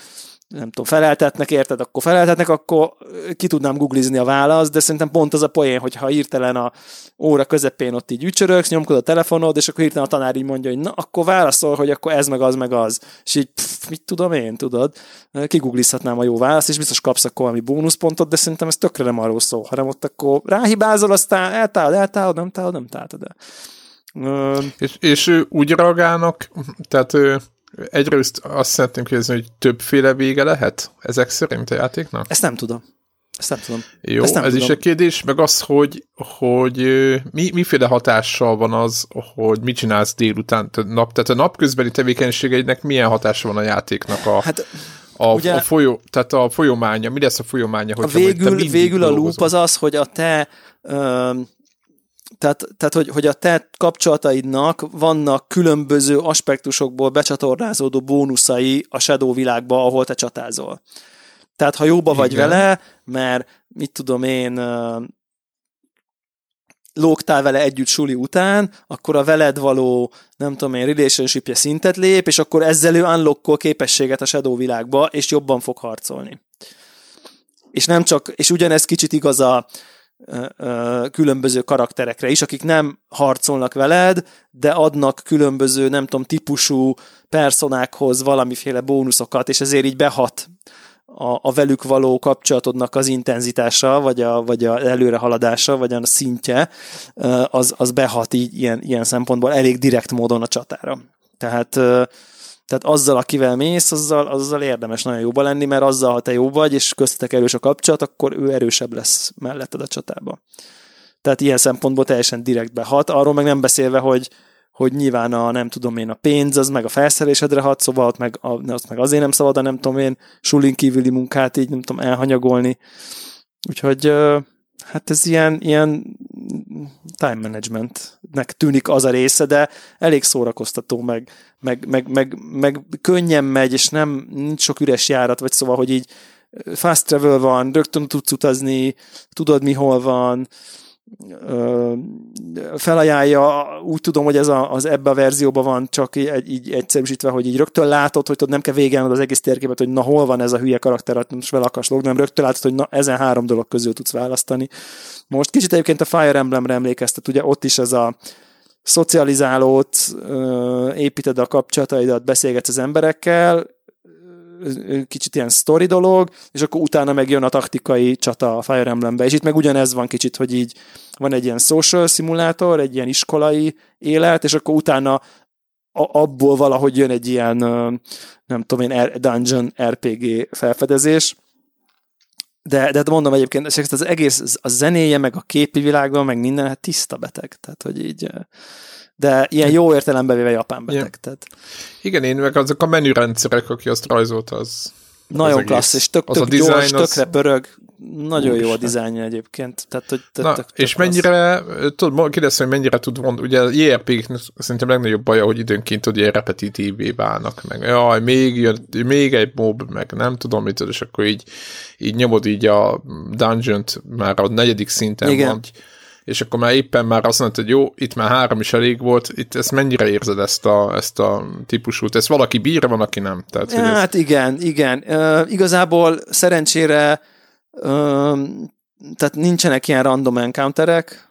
nem tudom, feleltetnek, érted, akkor feleltetnek, akkor ki tudnám googlizni a választ, de szerintem pont az a poén, hogyha hirtelen a óra közepén ott így ücsörögsz, nyomkod a telefonod, és akkor hirtelen a tanár így mondja, hogy na, akkor válaszol, hogy akkor ez meg az meg az. És így, pff, mit tudom én, tudod? Kigooglizhatnám a jó választ, és biztos kapsz akkor valami bónuszpontot, de szerintem ez tökre nem arról szól, hanem ott akkor ráhibázol, aztán eltálod, eltálod, nem tálod, nem tálod, de... És, és úgy reagálnak, tehát egyrészt azt szeretném kérdezni, hogy többféle vége lehet ezek szerint a játéknak? Ezt nem tudom. Ezt nem tudom. Jó, Ezt nem ez tudom. is egy kérdés, meg az, hogy, hogy mi, miféle hatással van az, hogy mit csinálsz délután, nap, tehát a napközbeni tevékenységeidnek milyen hatása van a játéknak a, hát, a, ugye, a, folyó, tehát a folyománya, mi lesz a folyománya? A végül, végül a loop az az, hogy a te ö, Tehát, tehát hogy, hogy a te kapcsolataidnak vannak különböző aspektusokból becsatornázódó bónuszai a Shadow világba, ahol te csatázol. Tehát ha jóba vagy Igen. vele, mert mit tudom én, lógtál vele együtt suli után, akkor a veled való, nem tudom én, relationship-je szintet lép, és akkor ezzel ő unlockol képességet a Shadow világba, és jobban fog harcolni. És nem csak, és ugyanez kicsit igaz a különböző karakterekre is, akik nem harcolnak veled, de adnak különböző, nem tudom, típusú personákhoz valamiféle bónuszokat, és ezért így behat a, a velük való kapcsolatodnak az intenzitása, vagy a, vagy a előrehaladása, vagy a szintje, az, az behat így ilyen, ilyen szempontból elég direkt módon a csatára. Tehát Tehát azzal, akivel mész, azzal, azzal érdemes nagyon jóba lenni, mert azzal, ha te jó vagy, és köztetek erős a kapcsolat, akkor ő erősebb lesz melletted a csatába. Tehát ilyen szempontból teljesen direktbe hat. Arról meg nem beszélve, hogy, hogy nyilván a, nem tudom én, a pénz, az meg a felszerelésedre hat, szóval ott meg, a, azt meg azért nem szabad, a nem tudom én, sulin kívüli munkát így nem tudom elhanyagolni. Úgyhogy hát ez ilyen, ilyen time managementnek tűnik az a része, de elég szórakoztató, meg, meg, meg, meg, meg könnyen megy, és nem nincs sok üres járat, vagy szóval, hogy így fast travel van, rögtön tudsz utazni, tudod mi hol van, felajánlja, úgy tudom, hogy ez a, az ebbe a verzióban van, csak így, így egyszerűsítve, hogy így rögtön látod, hogy tudod, nem kell végelned az egész térképet, hogy na hol van ez a hülye karakter, most vele akarsz logni, nem rögtön látod, hogy na ezen három dolog közül tudsz választani. Most kicsit egyébként a Fire Emblemre emlékeztet, ugye ott is ez a szocializálót, építed a kapcsolataidat, beszélgetsz az emberekkel, kicsit ilyen sztori dolog, és akkor utána megjön a taktikai csata a Fire Emblembe, és itt meg ugyanez van kicsit, hogy így van egy ilyen social szimulátor, egy ilyen iskolai élet, és akkor utána a, abból valahogy jön egy ilyen, nem tudom én, dungeon er pé gé felfedezés, de, de mondom egyébként, az egész a zenéje, meg a képi világban, meg minden, hát tiszta beteg, tehát hogy így... De ilyen jó értelembe véve japán beteg. Ja. Tehát. Igen, én meg azok a menürendszerek, aki azt rajzolta, az nagyon az klassz, és tök, tök gyors, az... tökre pörög. Nagyon jó a dizájnja egyébként. Tehát, hogy tök, Na, tök, tök és mennyire, tudod, kérdeztem, hogy mennyire tud mondani, ugye a jé er pé gé-nek szerintem legnagyobb baja, hogy időnként ugye repetitívvé válnak, meg jaj, még, jön, még egy mob, meg nem tudom mit, és akkor így, így nyomod így a dungeon-t már a negyedik szinten Igen. van, és akkor már éppen már azt mondta, hogy jó, itt már három is elég volt, itt ezt mennyire érzed ezt a, ezt a típusút? Ezt valaki bír, van, aki nem? Tehát, ja, hát ez... igen, igen. Uh, igazából szerencsére uh, tehát nincsenek ilyen random encounterek.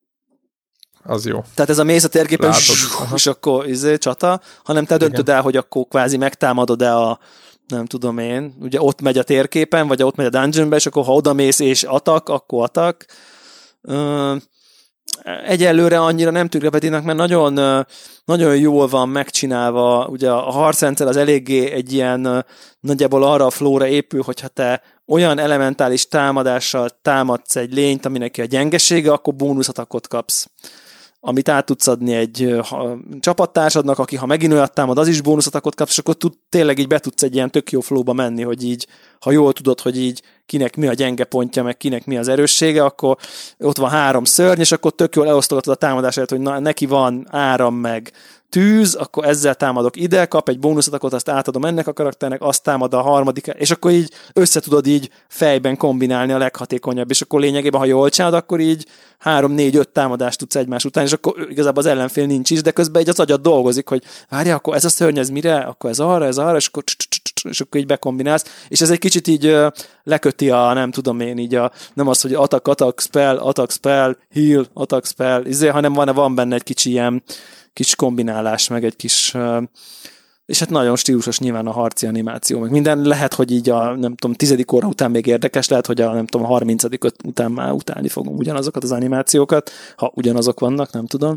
Az jó. Tehát ez a mész a térképen, és akkor izé, csata, hanem te döntöd el, hogy akkor kvázi megtámadod-e a nem tudom én, ugye ott megy a térképen, vagy ott megy a dungeonbe, és akkor ha oda mész és atak, akkor atak. Uh, egyelőre annyira nem tűnik repetitív, mert nagyon, uh, nagyon jól van megcsinálva, ugye a harcrendszer az eléggé egy ilyen uh, nagyjából arra a flóra épül, hogyha te olyan elementális támadással támadsz egy lényt, aminek a gyengesége, akkor bónuszatakot kapsz, amit át tudsz adni egy ha, csapattársadnak, aki ha megint olyat támad, az is bónuszatakot kapsz, és akkor tud, tényleg így be tudsz egy ilyen tök jó flóba menni, hogy így, ha jól tudod, hogy így kinek mi a gyenge pontja, meg kinek mi az erőssége, akkor ott van három szörny, és akkor tök jól elosztogatod a támadását, hogy na, neki van áram, meg tűz, akkor ezzel támadok ide, kap egy bónuszot, akkor azt átadom ennek a karakternek, azt támad a harmadik, és akkor így összetudod így fejben kombinálni a leghatékonyabb, és akkor lényegében, ha jól csinálod, akkor így három, négy, öt támadást tudsz egymás után, és akkor igazából az ellenfél nincs is, de közben így az agyad dolgozik, hogy várja, akkor ez a szörny, ez mire, akkor ez arra, ez arra, és akkor, és akkor így bekombinálsz, és ez egy kicsit így leköti a, nem tudom én, így a, nem az, hogy attack, attack, spell, attack, spell, heal, attack, spell, izé, hanem van, van benne egy kicsi ilyen kis kombinálás, meg egy kis, és hát nagyon stílusos nyilván a harci animáció, meg minden lehet, hogy így a, nem tudom, tizedik óra után még érdekes, lehet, hogy a, nem tudom, a harmincadik után már utálni fogom ugyanazokat az animációkat, ha ugyanazok vannak, nem tudom.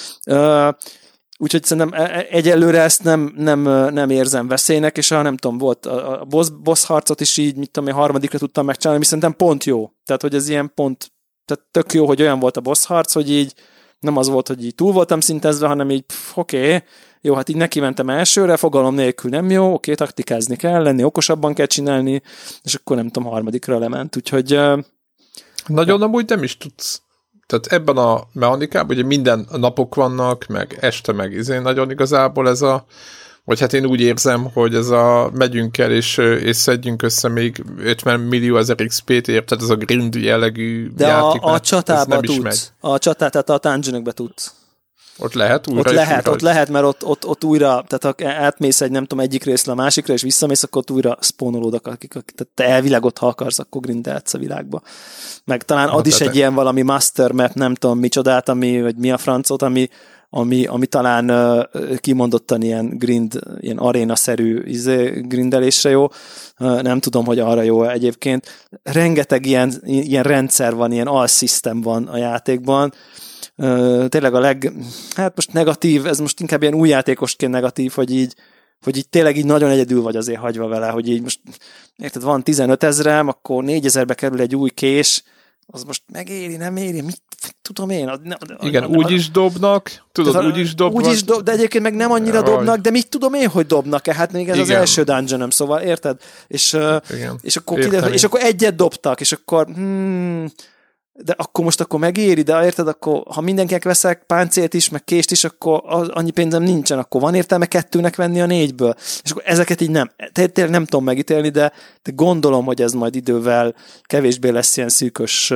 Úgyhogy szerintem egyelőre ezt nem, nem, nem érzem veszélynek, és ha nem tudom, volt a boss, boss harcot is így, mit tudom, a harmadikra tudtam megcsinálni, ami szerintem pont jó. Tehát, hogy ez ilyen pont, tehát tök jó, hogy olyan volt a boss harc, hogy így nem az volt, hogy így túl voltam szintezve, hanem így, oké, okay, jó, hát így neki mentem elsőre, fogalom nélkül nem jó, oké, okay, taktikázni kell, lenni okosabban kell csinálni, és akkor nem tudom, harmadikra lement, úgyhogy... Nagyon ja. Amúgy nem is tudsz. Tehát ebben a mechanikában, ugye minden napok vannak, meg este, meg izé nagyon igazából ez a, vagy hát én úgy érzem, hogy ez a megyünk el, és, és szedjünk össze még ötven millió ezer iksz pét ért, tehát ez a grind jellegű de játék. De a, a csatában tudsz. A csatát, tehát a dungeonokba tudsz. Ott lehet újra? Ott lehet, újra, ott lehet, mert ott, ott, ott újra, tehát ha átmész egy, nem tudom, egyik részre a másikra, és visszamész, akkor ott újra spónolódok, akik, akik, tehát te elvileg ott, ha akarsz, akkor grindelhetsz a világba. Meg talán ad is egy ilyen valami master map, nem tudom micsodát, ami, vagy mi a francot, ami, ami, ami talán uh, kimondottan ilyen grind, ilyen arénaszerű izé, grindelésre jó. Uh, nem tudom, hogy arra jó egyébként. Rengeteg ilyen, ilyen rendszer van, ilyen all-system van a játékban. Uh, tényleg a leg, hát most negatív, ez most inkább ilyen új játékosként negatív, hogy így, hogy így tényleg így nagyon egyedül vagy azért hagyva vele, hogy így most, érted, van tizenöt ezrem, akkor négyezerbe kerül egy új kés, az most megéri, nem éri, mit tudom én? A, a, Igen, a, a, úgy is dobnak, tudod, a, úgy is dobnak. Úgy is dob, de egyébként meg nem annyira dobnak, de mit tudom én, hogy dobnak-e? Hát még ez igen. Az első dungeonom, szóval érted? És, és, akkor, kiderül, és akkor egyet dobtak, és akkor hmm, de akkor most akkor megéri, de érted, akkor ha mindenkinek veszek páncélt is, meg kést is, akkor az, annyi pénzem nincsen, akkor van értelme kettőnek venni a négyből. És akkor ezeket így nem, tényleg nem tudom megítélni, de, de gondolom, hogy ez majd idővel kevésbé lesz ilyen szűkös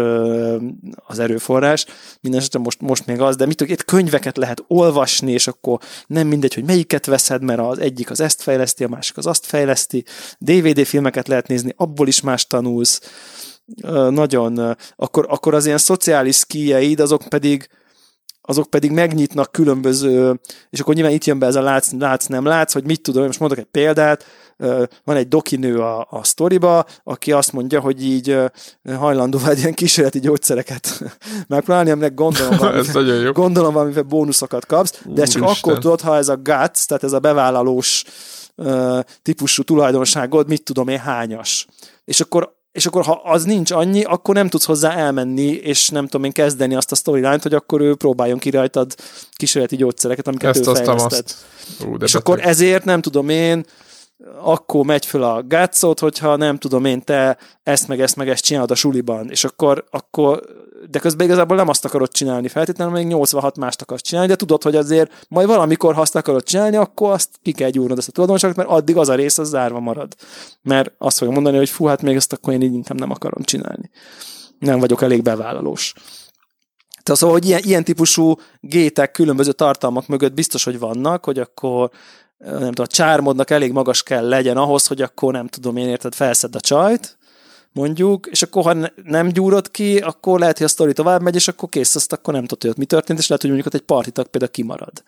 az erőforrás. Mindenesetre most, most még az, de mit tudjuk, itt könyveket lehet olvasni, és akkor nem mindegy, hogy melyiket veszed, mert az egyik az ezt fejleszti, a másik az azt fejleszti. dé vé dé filmeket lehet nézni, abból is más tanulsz. Nagyon, akkor, akkor az ilyen szociális skilljeid, azok pedig azok pedig megnyitnak különböző, és akkor nyilván itt jön be ez a látsz, látsz nem látsz, hogy mit tudom, most mondok egy példát, van egy dokinő a, a sztoriba, aki azt mondja, hogy így hajlandó vagy ilyen kísérleti gyógyszereket megpróbálni, aminek gondolom valamivel, gondolom valamivel bónuszokat kapsz, de Úr csak Isten. Akkor tudod, ha ez a guts, tehát ez a bevállalós típusú tulajdonságod, mit tudom én, hányas. És akkor És akkor, ha az nincs annyi, akkor nem tudsz hozzá elmenni, és nem tudom én kezdeni azt a storyline-t, hogy akkor ő próbáljon ki rajtad kísérleti gyógyszereket, amiket Ezt ő fejlesztett. Ú, és beteg. Akkor ezért nem tudom én, akkor megy föl a gácot, hogyha nem tudom én, te ezt meg ezt meg ezt csinálod a suliban, és akkor, akkor de közben igazából nem azt akarod csinálni feltétlenül, még nyolcvanhat mást akarsz csinálni, de tudod, hogy azért majd valamikor, ha azt akarod csinálni, akkor azt ki kell gyúrnod ezt a tulajdonosságot, mert addig az a rész az zárva marad. Mert azt fogom mondani, hogy fú, hát még ezt akkor én így inkább nem akarom csinálni. Nem vagyok elég bevállalós. Tehát szóval, hogy ilyen, ilyen típusú gétek különböző tartalmak mögött biztos, hogy vannak, hogy akkor nem tudom, a csármodnak elég magas kell legyen ahhoz, hogy akkor nem tudom én érted, felszedd a csajt, mondjuk, és akkor ha nem gyúrod ki, akkor lehet, hogy a sztori tovább megy, és akkor kész, azt akkor nem tudod, hogy mi történt, és lehet, hogy mondjuk ott egy partitag például kimarad.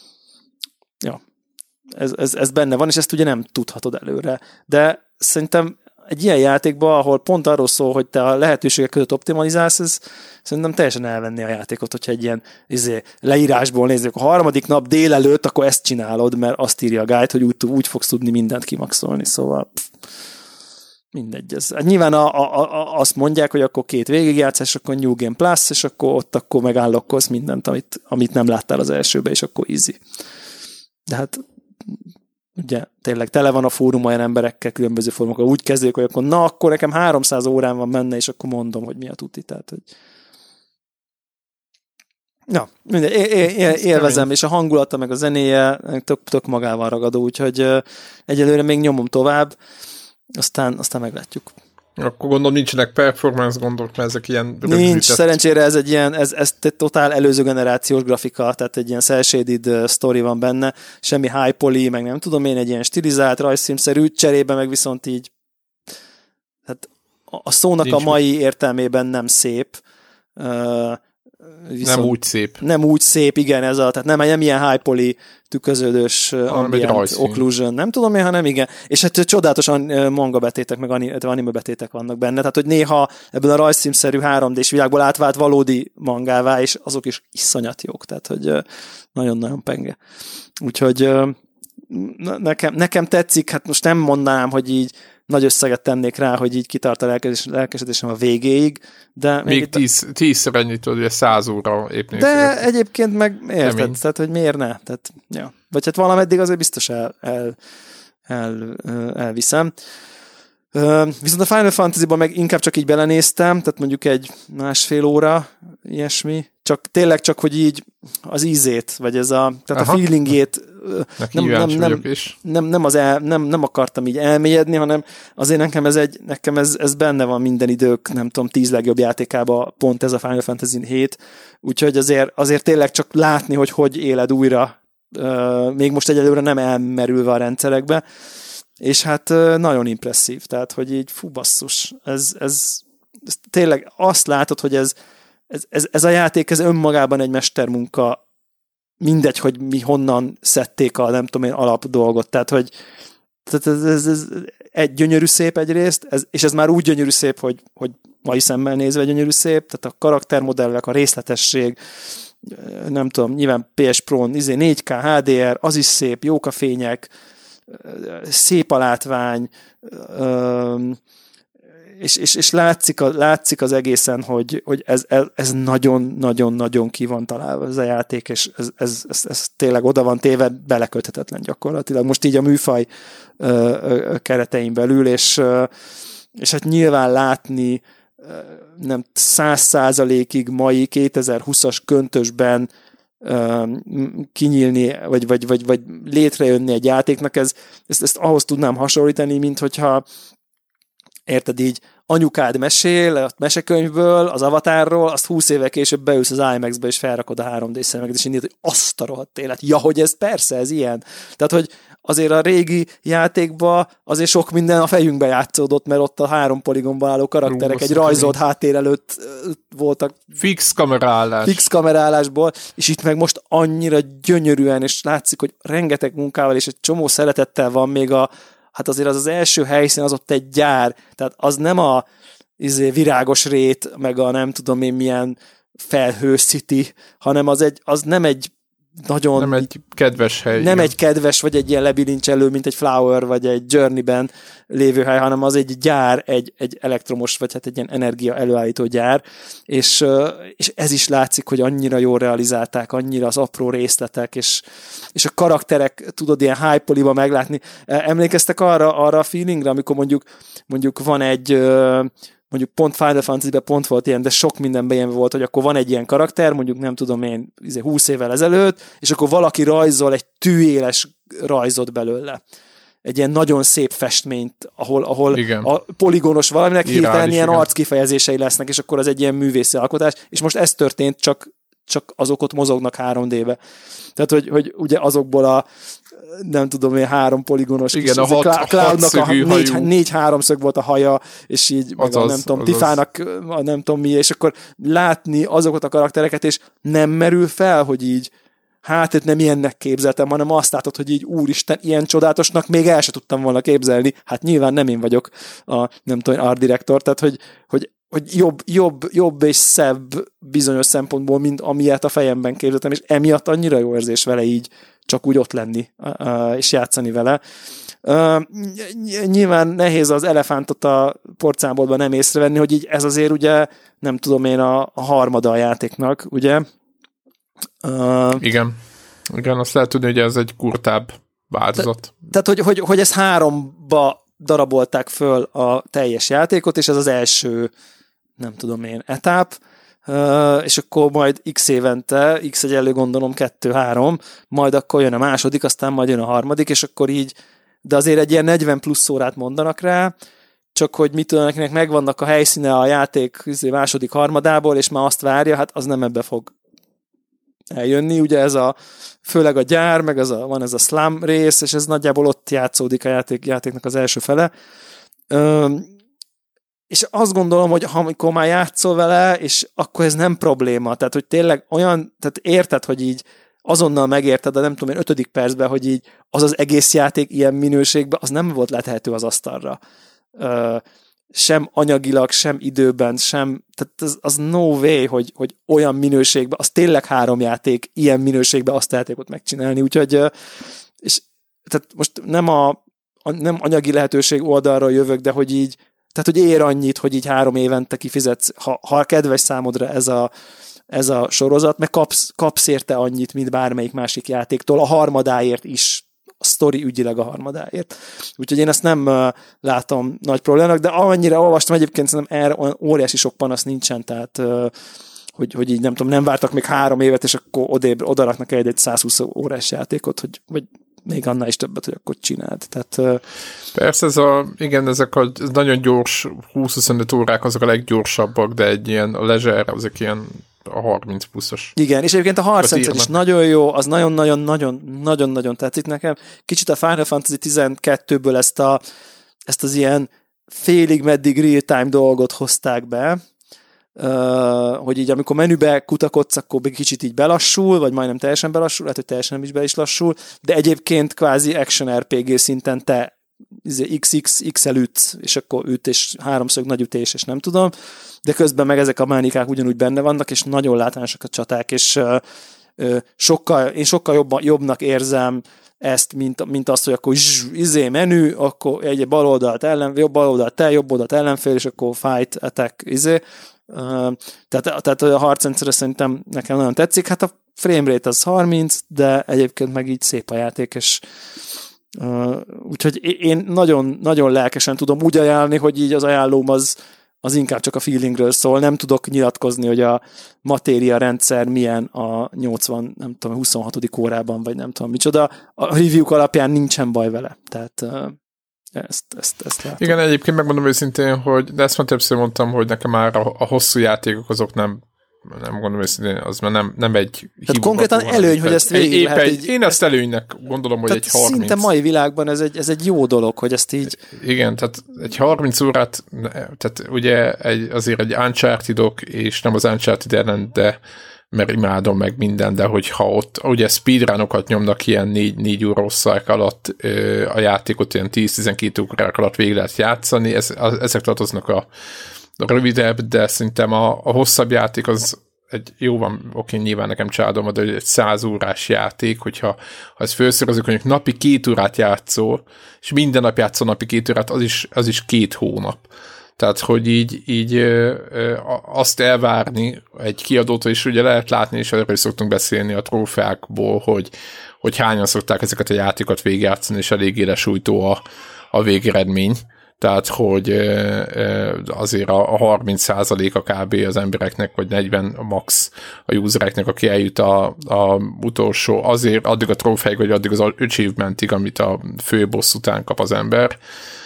Ja, ez, ez, ez benne van, és ezt ugye nem tudhatod előre. De szerintem egy ilyen játékban, ahol pont arról szól, hogy te a lehetőségek között optimalizálsz, ez szerintem teljesen elvenni a játékot, hogyha egy ilyen izé, leírásból nézzük. A harmadik nap délelőtt, akkor ezt csinálod, mert azt írja a guide, hogy úgy, úgy fogsz tudni mindent kimaxolni, szóval pff, mindegy. Ez. Hát nyilván a, a, a, azt mondják, hogy akkor két végigjátszás, akkor New Game Plus, és akkor ott akkor megállokkolsz mindent, amit, amit nem láttál az elsőbe, és akkor easy. De hát ugye tényleg tele van a fórum olyan emberekkel, különböző fórumokon, úgy kezdődik, hogy akkor na, akkor nekem háromszáz órán van benne, és akkor mondom, hogy mi a tuti. Tehát, hogy Ja, minden, é, é, é, élvezem, és a hangulata, meg a zenéje tök, tök magával ragadó, úgyhogy uh, egyelőre még nyomom tovább, aztán, aztán meglátjuk. Akkor gondolom nincsenek performance gondok, mert ezek ilyen Nincs, rögzített... szerencsére ez egy ilyen, ez, ez totál előző generációs grafika, tehát egy ilyen cel-shaded story van benne, semmi high poly, meg nem tudom én, egy ilyen stilizált, rajzfilmszerű, cserébe meg viszont így, hát a szónak Nincs a mai úgy. értelmében nem szép, uh, nem úgy szép. Nem úgy szép, igen, ez a, tehát nem, nem ilyen high poly tüköződős ambient occlusion, nem tudom én, hanem igen. És hát csodálatosan manga betétek, meg anime betétek vannak benne, tehát hogy néha ebből a rajzszínszerű három dés világból átvált valódi mangává, és azok is iszonyat jók, tehát hogy nagyon-nagyon penge. Úgyhogy nekem, nekem tetszik, hát most nem mondanám, hogy így nagy összeget tennék rá, hogy így kitart a lelkesedés, lelkesedésem a végéig, de... Még tíz, tízszer ennyit, ugye száz óra épp De nézőket. Egyébként meg érted, tehát hogy miért ne? Tehát, ja. Vagy hát valameddig azért biztos el, el, el, elviszem. Viszont a Final Fantasy-ban meg inkább csak így belenéztem, tehát mondjuk egy másfél óra, ilyesmi. Csak tényleg csak, hogy így az ízét, vagy ez a, tehát Aha. a feelingjét nem, nem, nem, nem, nem, az el, nem, nem akartam így elmélyedni, hanem azért nekem ez, egy, nekem ez, ez benne van minden idők, nem tudom, tíz legjobb játékában pont ez a Final Fantasy hét, úgyhogy azért, azért tényleg csak látni, hogy hogy éled újra, még most egyelőre nem elmerülve a rendszerekbe, és hát nagyon impresszív, tehát hogy így fú basszus, ez, ez, ez tényleg azt látod, hogy ez Ez, ez, ez a játék, ez önmagában egy mestermunka, mindegy, hogy mi honnan szedték a nem tudom én alap dolgot, tehát hogy tehát ez, ez, ez egy gyönyörű szép egyrészt, ez, és ez már úgy gyönyörű szép, hogy, hogy mai szemmel nézve gyönyörű szép, tehát a karaktermodellek, a részletesség, nem tudom, nyilván pé es Pro-n izé négy ká há dé er, az is szép, jók a fények, szép a látvány, És, és, és látszik, a, látszik az egészen, hogy, hogy ez, ez nagyon-nagyon-nagyon ki van találva ez a játék, és ez, ez, ez, ez tényleg oda van téve, beleköthetetlen gyakorlatilag. Most így a műfaj ö, ö, keretein belül, és, ö, és hát nyilván látni ö, nem száz százalékig mai kétezer-húszas köntösben ö, kinyílni, vagy, vagy, vagy, vagy létrejönni egy játéknak, ez, ezt, ezt ahhoz tudnám hasonlítani, mint hogyha érted így, anyukád mesél a mesekönyvből, az Avatárról, azt húsz éve később beülsz az IMAX-be, és felrakod a három dé szemeket, és indít, hogy azt a rohadt élet. Ja, hogy ez persze, ez ilyen. Tehát, hogy azért a régi játékban azért sok minden a fejünkbe játszódott, mert ott a három poligonban álló karakterek Rú, egy rajzolt háttér előtt voltak. Fix kamerálás. Fix kamerálásból, és itt meg most annyira gyönyörűen, és látszik, hogy rengeteg munkával és egy csomó szeretettel van még a hát azért az az első helyszín, az ott egy gyár, tehát az nem a izé, virágos rét, meg a nem tudom én milyen felhő city, hanem az, egy, az nem egy nagyon... Nem egy kedves hely. Nem igen. egy kedves, vagy egy ilyen lebilincselő, mint egy Flower, vagy egy Journey-ben lévő hely, hanem az egy gyár, egy, egy elektromos, vagy hát egy ilyen energia előállító gyár, és, és ez is látszik, hogy annyira jól realizálták, annyira az apró részletek, és, és a karakterek, tudod, ilyen high polyba meglátni. Emlékeztek arra, arra a feelingre, amikor mondjuk, mondjuk van egy... mondjuk pont Final Fantasy-ben pont volt ilyen, de sok mindenben ilyen volt, hogy akkor van egy ilyen karakter, mondjuk nem tudom én, húsz évvel ezelőtt, és akkor valaki rajzol egy tűéles rajzot belőle. Egy ilyen nagyon szép festményt, ahol, ahol a poligonos valaminek hirtelen ilyen arckifejezései lesznek, és akkor az egy ilyen művészi alkotás, és most ez történt, csak, csak azok ott mozognak három dé-be. Tehát, hogy, hogy ugye azokból a nem tudom én, három poligonos igen, a hat, a Cloudnak a négy, négy háromszög volt a haja, és így azaz, meg a, nem tudom, Tifának a nem tudom mi, és akkor látni azokat a karaktereket, és nem merül fel, hogy így hát itt nem ilyennek képzeltem, hanem azt látod, hogy így úristen, ilyen csodálatosnak még el se tudtam volna képzelni. Hát nyilván nem én vagyok a nem tudom, art director, tehát hogy, hogy hogy jobb, jobb, jobb és szebb bizonyos szempontból, mint amilyet a fejemben képzeltem, és emiatt annyira jó érzés vele így csak úgy ott lenni, és játszani vele. Nyilván nehéz az elefántot a porcelánboltban nem észrevenni, hogy így ez azért ugye, nem tudom én, a, a harmada a játéknak, ugye? Igen. Igen, azt lehet tudni, hogy ez egy kurtább változat. Te, tehát, hogy, hogy, hogy ez háromba darabolták föl a teljes játékot, és ez az első, nem tudom én, etap, és akkor majd x évente, x egyenlő gondolom kettő-három, majd akkor jön a második, aztán majd jön a harmadik, és akkor így, de azért egy ilyen negyven plusz órát mondanak rá, csak hogy mit tudom, akinek megvannak a helyszíne a játék második harmadából, és már azt várja, hát az nem ebbe fog eljönni, ugye ez a, főleg a gyár, meg ez a, van ez a slum rész, és ez nagyjából ott játszódik a játék, játéknak az első fele. Üm, és azt gondolom, hogy ha amikor már játszol vele, és akkor ez nem probléma, tehát hogy tényleg olyan, tehát érted, hogy így azonnal megérted, de nem tudom én, ötödik percben, hogy így az az egész játék ilyen minőségben, az nem volt lehethető az asztalra. Üm, sem anyagilag, sem időben, sem, tehát az, az no way, hogy, hogy olyan minőségben, az tényleg három játék, ilyen minőségben azt a játékot megcsinálni, úgyhogy és tehát most nem a, a nem anyagi lehetőség oldalról jövök, de hogy így, tehát hogy ér annyit, hogy így három évente kifizetsz, ha, ha kedves számodra ez a, ez a sorozat, meg kapsz, kapsz érte annyit, mint bármelyik másik játéktól, a harmadáért is, a sztori ügyileg a harmadáért. Úgyhogy én ezt nem uh, látom nagy problémának, de amennyire olvastam, egyébként szerintem erre olyan óriási sok panasz nincsen, tehát uh, hogy, hogy így nem tudom, nem vártak még három évet, és akkor odébb, odaraknak egy, egy százhúsz órás játékot, hogy, vagy még annál is többet, hogy akkor csináld. Tehát, uh, persze ez a, igen, ezek a nagyon gyors húsz-huszonöt órák azok a leggyorsabbak, de egy ilyen a leisure, azok ilyen a harminc pluszos. Igen, és egyébként a harcrendszer is nagyon jó, az nagyon-nagyon-nagyon-nagyon-nagyon tetszik nekem. Kicsit a Final Fantasy tizenkettőből ezt, a, ezt az ilyen félig meddig real-time dolgot hozták be, uh, hogy így amikor menübe kutakodsz, akkor kicsit így belassul, vagy majdnem teljesen belassul, lehet, hogy teljesen nem is be is lassul, de egyébként kvázi action er pé gé szinten te iksz iksz iksz-el ütsz, és akkor üt, és háromszög nagy ütés, és nem tudom, de közben meg ezek a mechanikák ugyanúgy benne vannak, és nagyon látványosak a csaták, és uh, uh, sokkal, én sokkal jobb, jobbnak érzem ezt, mint, mint azt, hogy akkor zzz, izé menü, akkor egy bal oldalt ellen, jobb bal oldalt te, jobb oldalt ellenfél, és akkor fight, attack, izé. Uh, tehát, tehát a harcrendszerre szerintem nekem nagyon tetszik. Hát a framerate az harminc, de egyébként meg így szép a játék, és Uh, úgyhogy én nagyon, nagyon lelkesen tudom úgy ajánlani, hogy így az ajánlóm az, az inkább csak a feelingről szól. Nem tudok nyilatkozni, hogy a matéria rendszer milyen a nyolcvan, nem tudom, huszonhatodik órában, vagy nem tudom micsoda. A review-k alapján nincsen baj vele. Tehát uh, ezt, ezt, ezt látom. Igen, egyébként megmondom őszintén, hogy de ezt már többször mondtam, hogy nekem már a, a hosszú játékok azok nem nem gondolom őszintén, az már nem, nem egy tehát konkrétan előny, hogy ezt végig lehet egy, így, én ezt előnynek gondolom, hogy egy harminc. Szinte mai világban ez egy, ez egy jó dolog, hogy ezt így... Igen, tehát egy harminc órát, tehát ugye egy, azért egy Uncharted-ok, és nem az Uncharted ellen, de mert imádom meg minden, de hogyha ott ugye speedrunokat nyomnak ilyen négy, négy óra hosszák alatt a játékot ilyen tíz-tizenkét órák alatt végig lehet játszani, ez, ezek tartoznak a rövidebb, de szerintem a, a hosszabb játék az egy, jó van, oké, nyilván nekem családom, de egy száz órás játék, hogyha ha ezt felszorozzuk, hogy napi két órát játszol, és minden nap játszol napi két órát, az is, az is két hónap. Tehát, hogy így, így ö, ö, azt elvárni egy kiadótól is, ugye lehet látni, és erről is szoktunk beszélni a trófeákból, hogy, hogy hányan szokták ezeket a játékokat végigjátszani, és eléggé lesújtó a, a végeredmény. Tehát, hogy azért a harminc százaléka kb. Az embereknek, vagy negyven max a usereknek, aki eljut a, a utolsó, azért addig a trófeig, vagy addig az achievementig, amit a főbossz után kap az ember.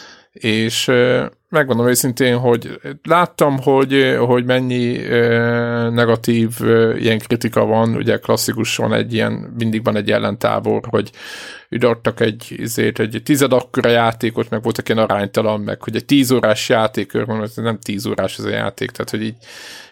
És megmondom őszintén, hogy láttam, hogy, hogy mennyi negatív ilyen kritika van, ugye klasszikusan egy ilyen, mindig van egy ellentábor, hogy adtak egy, ezért, egy tized akkora játékot, meg voltak ilyen aránytalan, meg hogy egy tíz órás játék, nem tíz órás ez a játék, tehát hogy így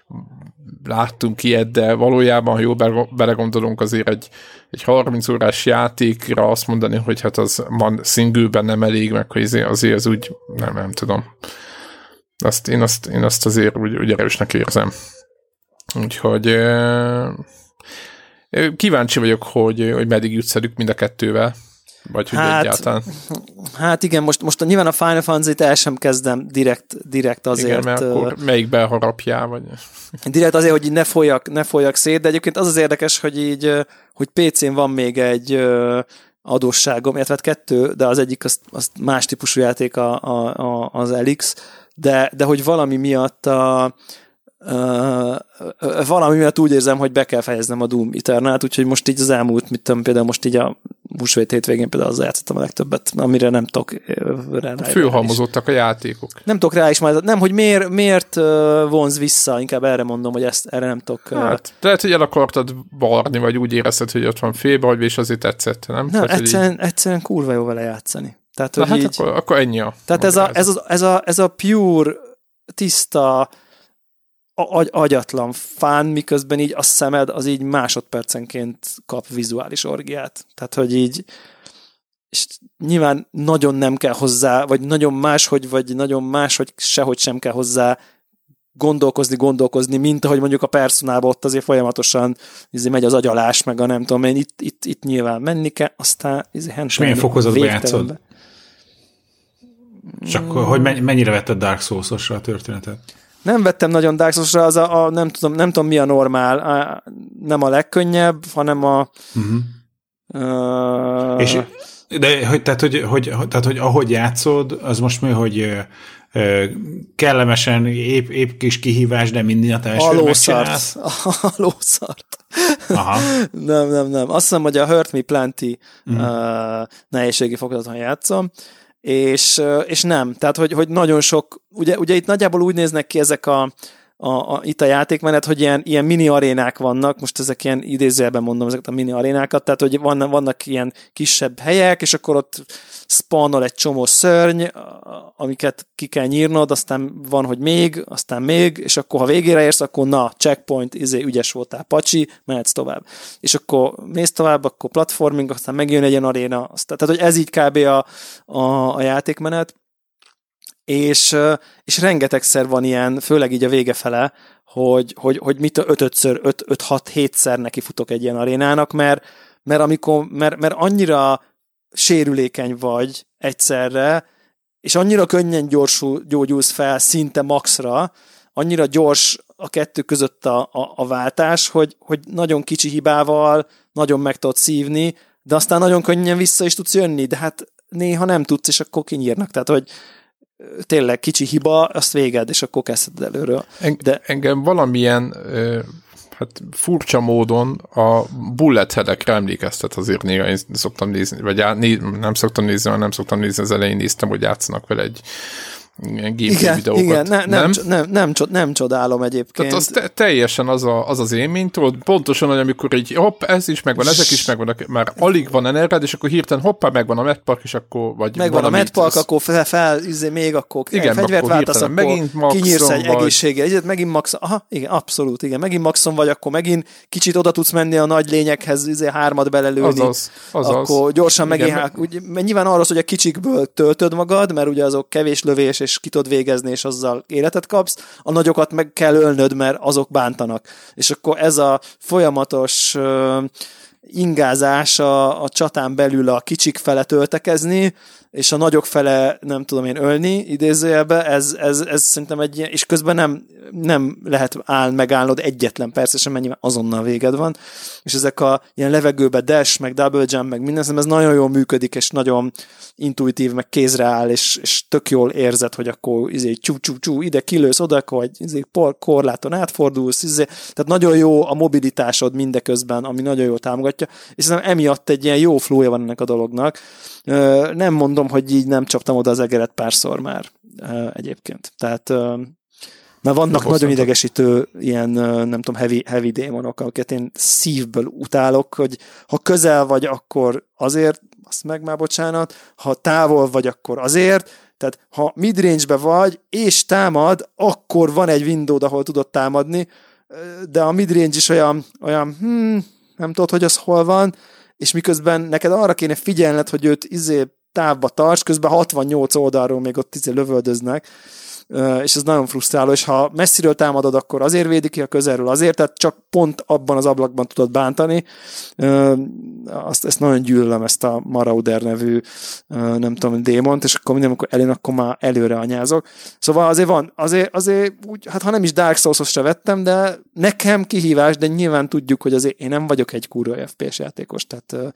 láttunk ilyet, de valójában, ha jól belegondolunk, azért egy, egy harminc órás játékra azt mondani, hogy hát az man singleben nem elég, meg hogy azért az úgy, nem, nem tudom. Azt, én, azt, én azt azért úgy, úgy erősnek érzem. Úgyhogy kíváncsi vagyok, hogy, hogy meddig jutsz velük mind a kettővel. Vagy hogy hát, egyáltalán. Hát igen, most, most nyilván a Final Fantasy-t el sem kezdem direkt, direkt azért. Igen, mert akkor melyikbe harapjál, vagy... Direkt azért, hogy ne folyjak, ne folyjak szét, de egyébként az az érdekes, hogy így, hogy pé cén van még egy adósságom, illetve hát kettő, de az egyik az, az más típusú játék a, a, a, az Elix, de, de hogy valami miatt a, a valami miatt úgy érzem, hogy be kell fejeznem a Doom Eternalt, úgyhogy most így az elmúlt, mit tudom, például most így a húsvét hétvégén például azzal játszottam a legtöbbet, amire nem tudok rá. Fölhalmozottak a játékok. Nem tudok rá is már, nem, hogy miért, miért vonz vissza, inkább erre mondom, hogy ezt, erre nem tudok. Hát, lehet, hogy el akartad varni, vagy úgy érezted, hogy ott van félbehagyva, és azért tetszett, nem? Nem, tehát, egyszerűen, így... egyszerűen kurva jó vele játszani. Tehát, Na hogy hát így, akkor, akkor ennyi a... Tehát ez a, ez, a, ez, a, ez a pure, tiszta, agy, agyatlan fán, miközben így a szemed az így másodpercenként kap vizuális orgiát. Tehát, hogy így és nyilván nagyon nem kell hozzá, vagy nagyon máshogy, vagy nagyon máshogy sehogy sem kell hozzá gondolkozni, gondolkozni, mint ahogy mondjuk a Personában ott azért folyamatosan azért megy az agyalás, meg a nem tudom én, itt, itt, itt nyilván menni kell, aztán és milyen fokozatban játszod? Csak hogy mennyire vetted Dark Souls-osra a történetet? Nem vettem nagyon Dark Souls-ra, az a, a nem, tudom, nem tudom mi a normál, a, nem a legkönnyebb, hanem a uh-huh. uh, és de hogy, tehát, hogy, hogy, tehát, hogy ahogy játszod, az most mi, hogy ö, kellemesen épp, épp kis kihívás, de minden a első megcsinálsz? A lószart. Aha. nem, nem, nem. Azt hiszem, hogy a Hurt Me Plenty mm. uh, nehézségi fokozaton játszom, és, és nem. Tehát, hogy, hogy nagyon sok, ugye, ugye itt nagyjából úgy néznek ki ezek a A, a, itt a játékmenet, hogy ilyen, ilyen mini arénák vannak, most ezek ilyen idézőjelben mondom ezeket a mini arénákat, tehát hogy vannak, vannak ilyen kisebb helyek, és akkor ott spawnol egy csomó szörny, amiket ki kell nyírnod, aztán van, hogy még, aztán még, és akkor ha végére érsz, akkor na, checkpoint, izé, ügyes voltál, pacsi, mehetsz tovább. És akkor mész tovább, akkor platforming, aztán megjön egy ilyen aréna, aztán, tehát hogy ez így kb. a, a, a játékmenet. És, és rengetegszer van ilyen, főleg így a vége fele, hogy, hogy, hogy mit öt-ötször, öt-hat-hétszer neki futok egy ilyen arénának, mert, mert, amikor, mert, mert annyira sérülékeny vagy egyszerre, és annyira könnyen gyorsul, gyógyulsz fel szinte maxra, annyira gyors a kettő között a, a, a váltás, hogy, hogy nagyon kicsi hibával nagyon meg tudod szívni, de aztán nagyon könnyen vissza is tudsz jönni, de hát néha nem tudsz, és akkor kinyírnak. Tehát, hogy tényleg kicsi hiba, azt véged, és akkor kezded előről. De... Engem valamilyen hát furcsa módon a bullet headekre emlékeztet azért néha, én szoktam nézni, vagy á, né, nem szoktam nézni, mert nem szoktam nézni, az elején néztem, hogy játszanak vele egy gameplay igen, videókat. Igen, ne, nem, nem? Nem, nem, nem csodálom egyébként. Tehát az te, teljesen az, a, az az élmény, tudod, pontosan, hogy amikor így hopp, ez is megvan, ezek is megvannak, már alig van energiád, és akkor hirtelen hoppá, megvan a medpark, és akkor vagy megvan a medpark, akkor fel, fel izé, még akkor igen, fegyvert akkor váltasz, akkor megint kinyírsz egy egészséggel, megint maxon, aha, igen, abszolút, igen, megint maxon vagy, akkor megint kicsit oda tudsz menni a nagy lényekhez, izé hármat belelőni, azaz, azaz. akkor gyorsan megint, igen, úgy, nyilván arról, hogy a kicsikből töltöd magad, mert ugye azok kevés lövés, és ki tud végezni, és azzal életet kapsz, a nagyokat meg kell ölnöd, mert azok bántanak. És akkor ez a folyamatos uh, ingázás a, a csatán belül a kicsik fele töltekezni, és a nagyok fele, nem tudom én, ölni, idézőjelbe, ez, ez, ez szerintem egy ilyen, és közben nem, nem lehet áll, megállnod egyetlen perc, sem mennyivel azonnal véged van, és ezek a ilyen levegőbe dash, meg double jump, meg minden, ez nagyon jól működik, és nagyon intuitív, meg kézre áll, és, és tök jól érzed, hogy akkor izé, csú, csú, csú, ide kilősz, oda, vagy izé, korláton átfordulsz, izé. Tehát nagyon jó a mobilitásod mindeközben, ami nagyon jól támogatja, és szerintem emiatt egy ilyen jó flója van ennek a dolognak. Nem mondom, hogy így nem csaptam oda az egeret párszor már egyébként. Tehát mert vannak nagyon idegesítő ilyen, nem tudom, heavy, heavy démonok, amiket én szívből utálok, hogy ha közel vagy, akkor azért, azt meg már bocsánat, ha távol vagy, akkor azért, tehát ha midrange-be vagy, és támad, akkor van egy window, ahol tudod támadni, de a midrange is olyan, olyan hmm, nem tudod, hogy az hol van, és miközben neked arra kéne figyelned, hogy őt izé távba tarts, közben hatvannyolc oldalról még ott izé lövöldöznek, és ez nagyon frusztráló, és ha messziről támadod, akkor azért védi ki, a közelről azért, tehát csak pont abban az ablakban tudod bántani. Azt, ezt nagyon gyűlölöm, ezt a Marauder nevű, nem tudom, démont, és akkor minden, amikor elén, akkor már előre anyázok. Szóval azért van, azért, azért úgy, hát ha nem is Dark Souls-ot se vettem, de nekem kihívás, de nyilván tudjuk, hogy azért én nem vagyok egy kurva ef pé es játékos, tehát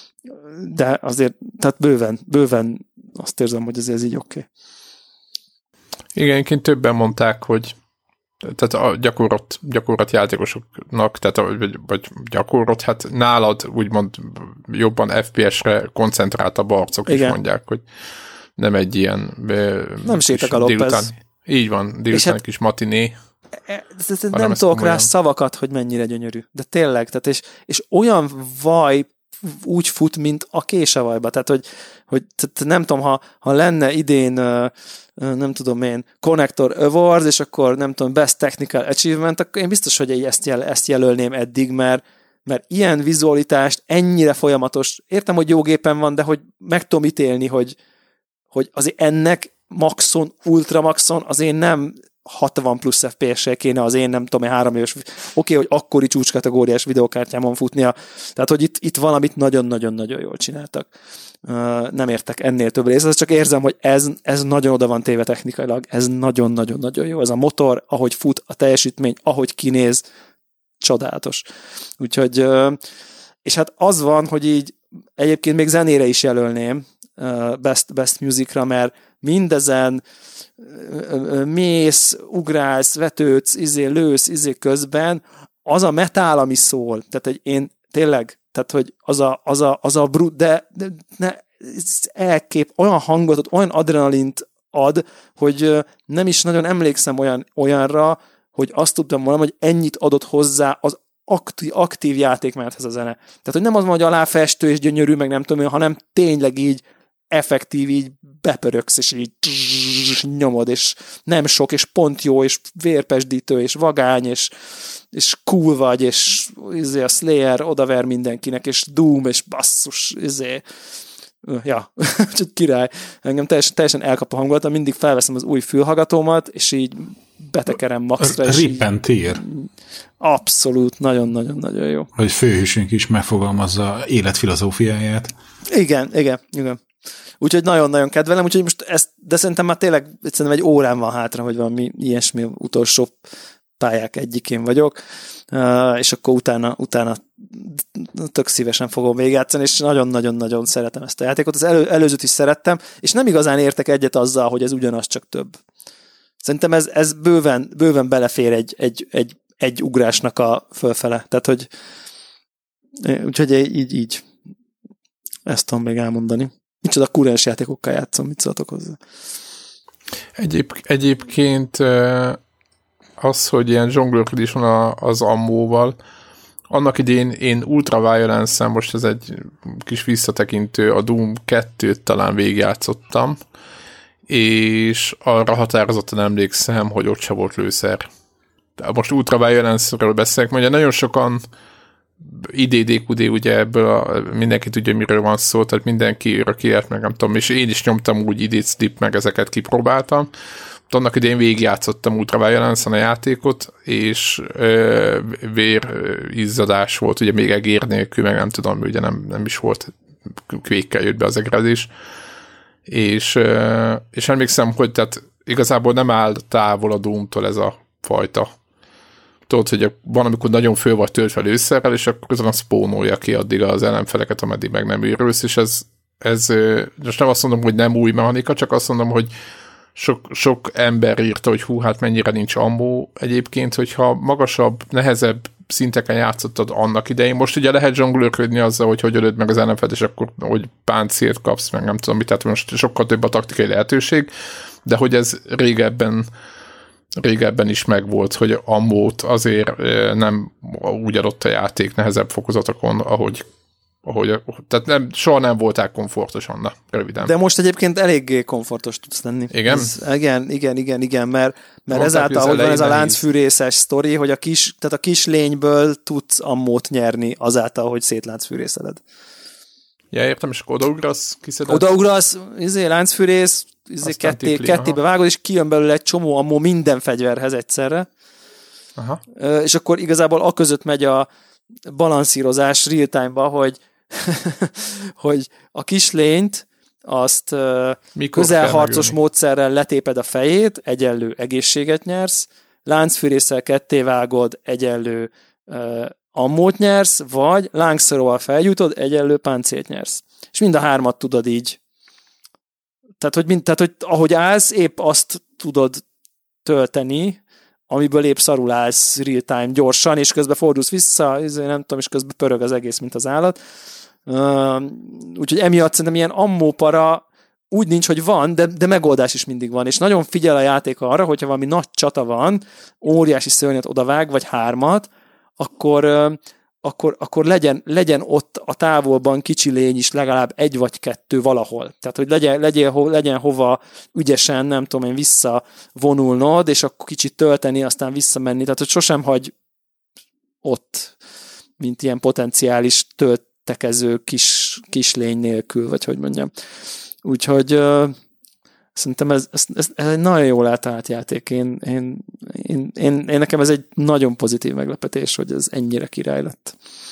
de azért, tehát bőven, bőven azt érzem, hogy azért ez így oké. Okay. Igen, egyébként többen mondták, hogy tehát a gyakorlott, gyakorlott játékosoknak, tehát vagy, vagy gyakorlott, hát nálad úgymond jobban ef pé es-re koncentráltabb arcok is mondják, hogy nem egy ilyen nem sétek a Lopez. Így van, délután egy kis matiné. Nem tudok rá szavakat, hogy mennyire gyönyörű. De tényleg, tehát és, és olyan vaj úgy fut, mint a késavajba. Tehát, hogy, hogy tehát nem tudom, ha, ha lenne idén nem tudom én, Connector Awards, és akkor nem tudom, Best Technical Achievement, akkor én biztos, hogy ezt, jel, ezt jelölném eddig, mert, mert ilyen vizualitást, ennyire folyamatos, értem, hogy jó gépen van, de hogy meg tudom ítélni, hogy, hogy azért ennek maxon, ultramaxon azért nem hatvan plusz ef pé es-sel kéne az én nem tudom, három éves, oké, okay, hogy akkori csúcskategóriás videókártyámon futnia, tehát hogy itt, itt valamit nagyon-nagyon-nagyon jól csináltak. Uh, nem értek ennél több részt, csak érzem, hogy ez, ez nagyon oda van téve technikailag, ez nagyon-nagyon-nagyon jó. Ez a motor, ahogy fut, a teljesítmény, ahogy kinéz, csodálatos. Úgyhogy, uh, és hát az van, hogy így egyébként még zenére is jelölném uh, Best, Best Musicra, mert mindezen mész, ugrálsz, vetődsz, izé, lősz, izé közben, az a metál, ami szól, tehát hogy én tényleg, tehát hogy az a, az a, az a brut, de, de ne, elkép, olyan hangot, olyan adrenalint ad, hogy nem is nagyon emlékszem olyan, olyanra, hogy azt tudtam volna, hogy ennyit adott hozzá az aktív, aktív játékmenethez a zene. Tehát, hogy nem az van, hogy aláfestő és gyönyörű, meg nem tudom, hanem tényleg így effektív, így bepöröksz, és így nyomod, és nem sok, és pont jó, és vérpesdítő, és vagány, és, és cool vagy, és izé, a Slayer odaver mindenkinek, és Doom, és basszus, izé. Ja, csak király. Engem teljesen, teljesen elkap a hangulatom, mindig felveszem az új fülhallgatómat, és így betekerem maxra. Rippentér. Abszolút, nagyon-nagyon-nagyon jó. Hogy főhősünk is megfogalmazza életfilozófiáját. Igen, igen, igen. Úgyhogy nagyon-nagyon kedvelem, úgyhogy most ezt, de szerintem már tényleg szerintem egy órán van hátra, hogy valami ilyesmi utolsó pályák egyikén vagyok, uh, és akkor utána, utána tök szívesen fogom végigjátszani, és nagyon-nagyon-nagyon szeretem ezt a játékot. Az elő, előzőt is szerettem, és nem igazán értek egyet azzal, hogy ez ugyanaz, csak több. Szerintem ez, ez bőven, bőven belefér egy, egy, egy, egy ugrásnak a fölfele. Tehát, hogy úgyhogy így, így ezt tudom még elmondani. Micsoda kurens játékokkal játszom, mit szóltok hozzá? Egyéb, egyébként az, hogy ilyen zsonglőrködés van az ammóval, annak idén én Ultra Violence-en, most ez egy kis visszatekintő, a Doom kettőt talán végigjátszottam, és arra határozottan emlékszem, hogy ott se volt lőszer. De most Ultra Violence-ről beszélek, mondja, nagyon sokan I D D Q D, ugye ebből a, mindenki tudja, miről van szó, tehát mindenki kiért, meg nem tudom, és én is nyomtam úgy I D Slip, meg ezeket kipróbáltam. Annak idén végigjátszottam Ultra Violence-en a játékot, és ö, vér izzadás volt, ugye még egér nélkül, meg nem tudom, ugye nem, nem is volt, kvékkel jött be az egrezés. És, ö, és emlékszem, hogy tehát igazából nem áll távol a Doom-tól ez a fajta. Tudod, hogy van, amikor nagyon föl vagy töltve lőszerrel, és akkor azon a spónolja ki addig az ellenfeleket, ameddig meg nem őrülsz, és ez, ez most nem azt mondom, hogy nem új mechanika, csak azt mondom, hogy sok, sok ember írta, hogy hú, hát mennyire nincs ammó egyébként, hogyha magasabb, nehezebb szinteken játszottad annak idején. Most ugye lehet zsonglőrködni azzal, hogy hogy ölöd meg az ellenfelet, és akkor hogy páncélt kapsz, meg nem tudom mit, tehát most sokkal több a taktikai lehetőség, de hogy ez régebben régebben is megvolt, hogy ammót azért nem úgy adott a játék nehezebb fokozatokon, ahogy, ahogy tehát nem, soha nem voltál komfortos, Anna, röviden. De most egyébként eléggé komfortos tudsz lenni. Igen? Ez, igen, igen, igen, igen, mert, mert ezáltal, hogy van ez a láncfűrészes sztori, hogy a kis, tehát a kis lényből tudsz ammót nyerni azáltal, hogy szétláncfűrészeled. Ja, értem, és akkor odaugrasz, kiszeded? Odaugrasz, izé, láncfűrész, izé, ketté, klikli, kettébe aha. vágod, és kijön belőle egy csomó ammó minden fegyverhez egyszerre. Aha. És akkor igazából aközött megy a balanszírozás real-time-ba, hogy, hogy a kislényt azt Mikor közelharcos módszerrel letéped a fejét, egyenlő egészséget nyersz, láncfűrésszel kettévágod, egyenlő uh, ammót nyersz, vagy lángszoróval feljutod, egyenlő páncélt nyersz. És mind a hármat tudod így. Tehát, hogy, mind, tehát, hogy ahogy állsz, épp azt tudod tölteni, amiből épp szarul állsz real-time gyorsan, és közben fordulsz vissza, nem tudom, és közben pörög az egész, mint az állat. Úgyhogy emiatt szerintem ilyen ammópara úgy nincs, hogy van, de, de megoldás is mindig van, és nagyon figyel a játék arra, hogyha valami nagy csata van, óriási szörnyet odavág, vagy hármat, akkor, akkor, akkor legyen, legyen ott a távolban kicsi lény is legalább egy vagy kettő valahol. Tehát, hogy legyen, legyen, ho, legyen hova ügyesen, nem tudom én, visszavonulnod, és akkor kicsit tölteni, aztán visszamenni. Tehát, hogy sosem hagy ott, mint ilyen potenciális töltekező kis, kis lény nélkül, vagy hogy mondjam. Úgyhogy uh, szerintem ez, ez, ez, ez egy nagyon jól eltalált játék. Én, én, én, én, én nekem ez egy nagyon pozitív meglepetés, hogy ez ennyire király lett.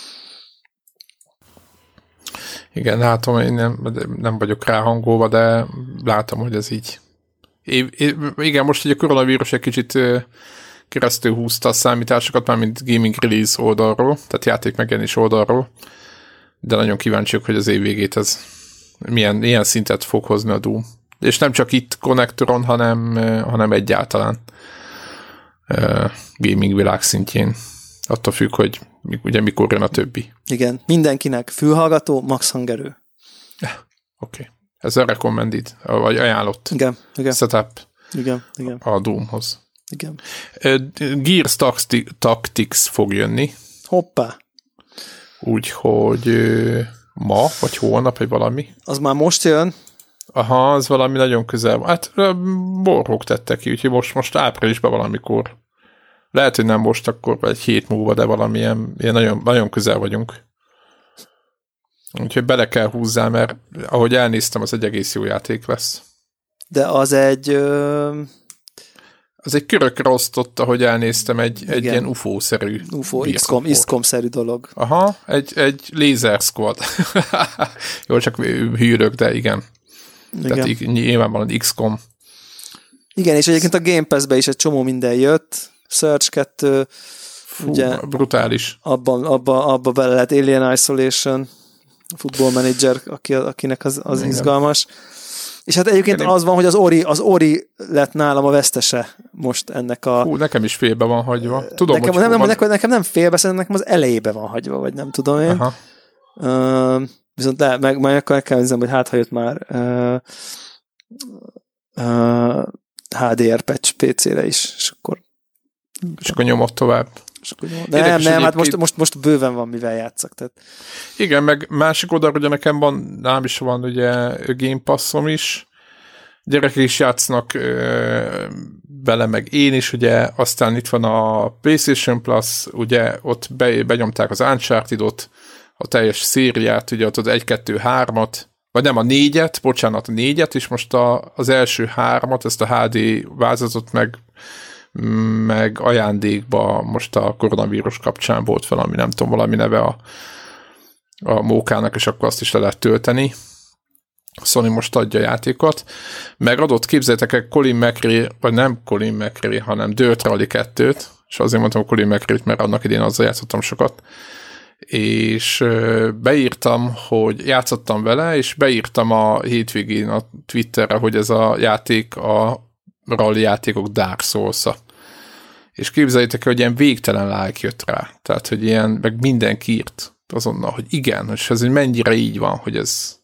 Igen, látom, én nem, nem vagyok ráhangolva, de látom, hogy ez így. É, é, igen, most ugye a koronavírus egy kicsit keresztül húzta a számításokat, már mint gaming release oldalról, tehát játék megjelenés oldalról, de nagyon kíváncsiak, hogy az év végét ez milyen, milyen szintet fog hozni a Doom. És nem csak itt konnektoron, hanem, hanem egyáltalán uh, gaming világ szintjén. Attól függ, hogy ugye mikor jön a többi. Igen, mindenkinek fülhallgató, max hangerő. Oké. Okay. Ez a recommended, vagy ajánlott igen, igen. setup igen, igen. a Doomhoz. Igen. Uh, Gears Tactics fog jönni. Hoppá. Úgyhogy uh, ma, vagy holnap, vagy valami. Az már most jön? Aha, az valami nagyon közel. Hát borrók tettek ki, úgyhogy most, most áprilisban valamikor. Lehet, hogy nem most, akkor egy hét múlva, de valamilyen ilyen nagyon, nagyon közel vagyunk. Úgyhogy bele kell húzzál, mert ahogy elnéztem, az egy egész jó játék lesz. De az egy... Ö... Az egy körökre osztott, ahogy elnéztem, egy, egy ilyen u f o-szerű. u f o, iksz kom, iksz kom-szerű dolog. Aha, egy, egy laser squad. Jó, csak hűrök, de igen. igen. Tehát í- nyilvánvalóan iksz kom. Igen, és egyébként a Game Pass-be is egy csomó minden jött. Search kettő, Fú, ugye, brutális. Abban abba, abba bele lehet Alien Isolation, Football Manager, aki, akinek az, az izgalmas. És hát egyébként az van, hogy az Ori, az Ori lett nálam a vesztese most ennek a... Hú, nekem is félbe van hagyva. Tudom, nekem, hogy nem, nem, van... nekem, nekem nem félbe, szerintem nekem az elejébe van hagyva, vagy nem tudom én. Aha. Uh, viszont le, meg majd akkor kell nézem, hogy hát ha jött már uh, uh, há dé er patch pé cére is, és akkor és akkor nyomott tovább. De nem, nem, hát most, most, most bőven van, mivel játszak. Tehát. Igen, meg másik oldalról ugye nekem van, nálam is van ugye Game Passom is, gyerekek is játszanak ö, vele, meg én is, ugye, aztán itt van a PlayStation Plus, ugye ott be, benyomták az Uncharted-ot, a teljes szériát, ugye ott az egy, kettő, hármat, vagy nem a négyet, bocsánat, a négyet, és most a, az első hármat, ezt a há dé vázatot meg meg ajándékba most a koronavírus kapcsán volt valami, nem tudom, valami neve a, a mókának, és akkor azt is le lehet tölteni. Sony most adja a játékot. Meg adott, képzeljétek el, Colin McRae, vagy nem Colin McRae, hanem Dirt Rally kettőt, és azért mondtam a Colin McRae-t, mert annak idén azzal játszottam sokat. És beírtam, hogy játszottam vele, és beírtam a hétvégén a Twitterre, hogy ez a játék a rally játékok Dark Souls-a. És képzeljétek el, hogy ilyen végtelen like jött rá. Tehát, hogy ilyen, meg mindenki írt azonnal, hogy igen, és ez mennyire így van, hogy ez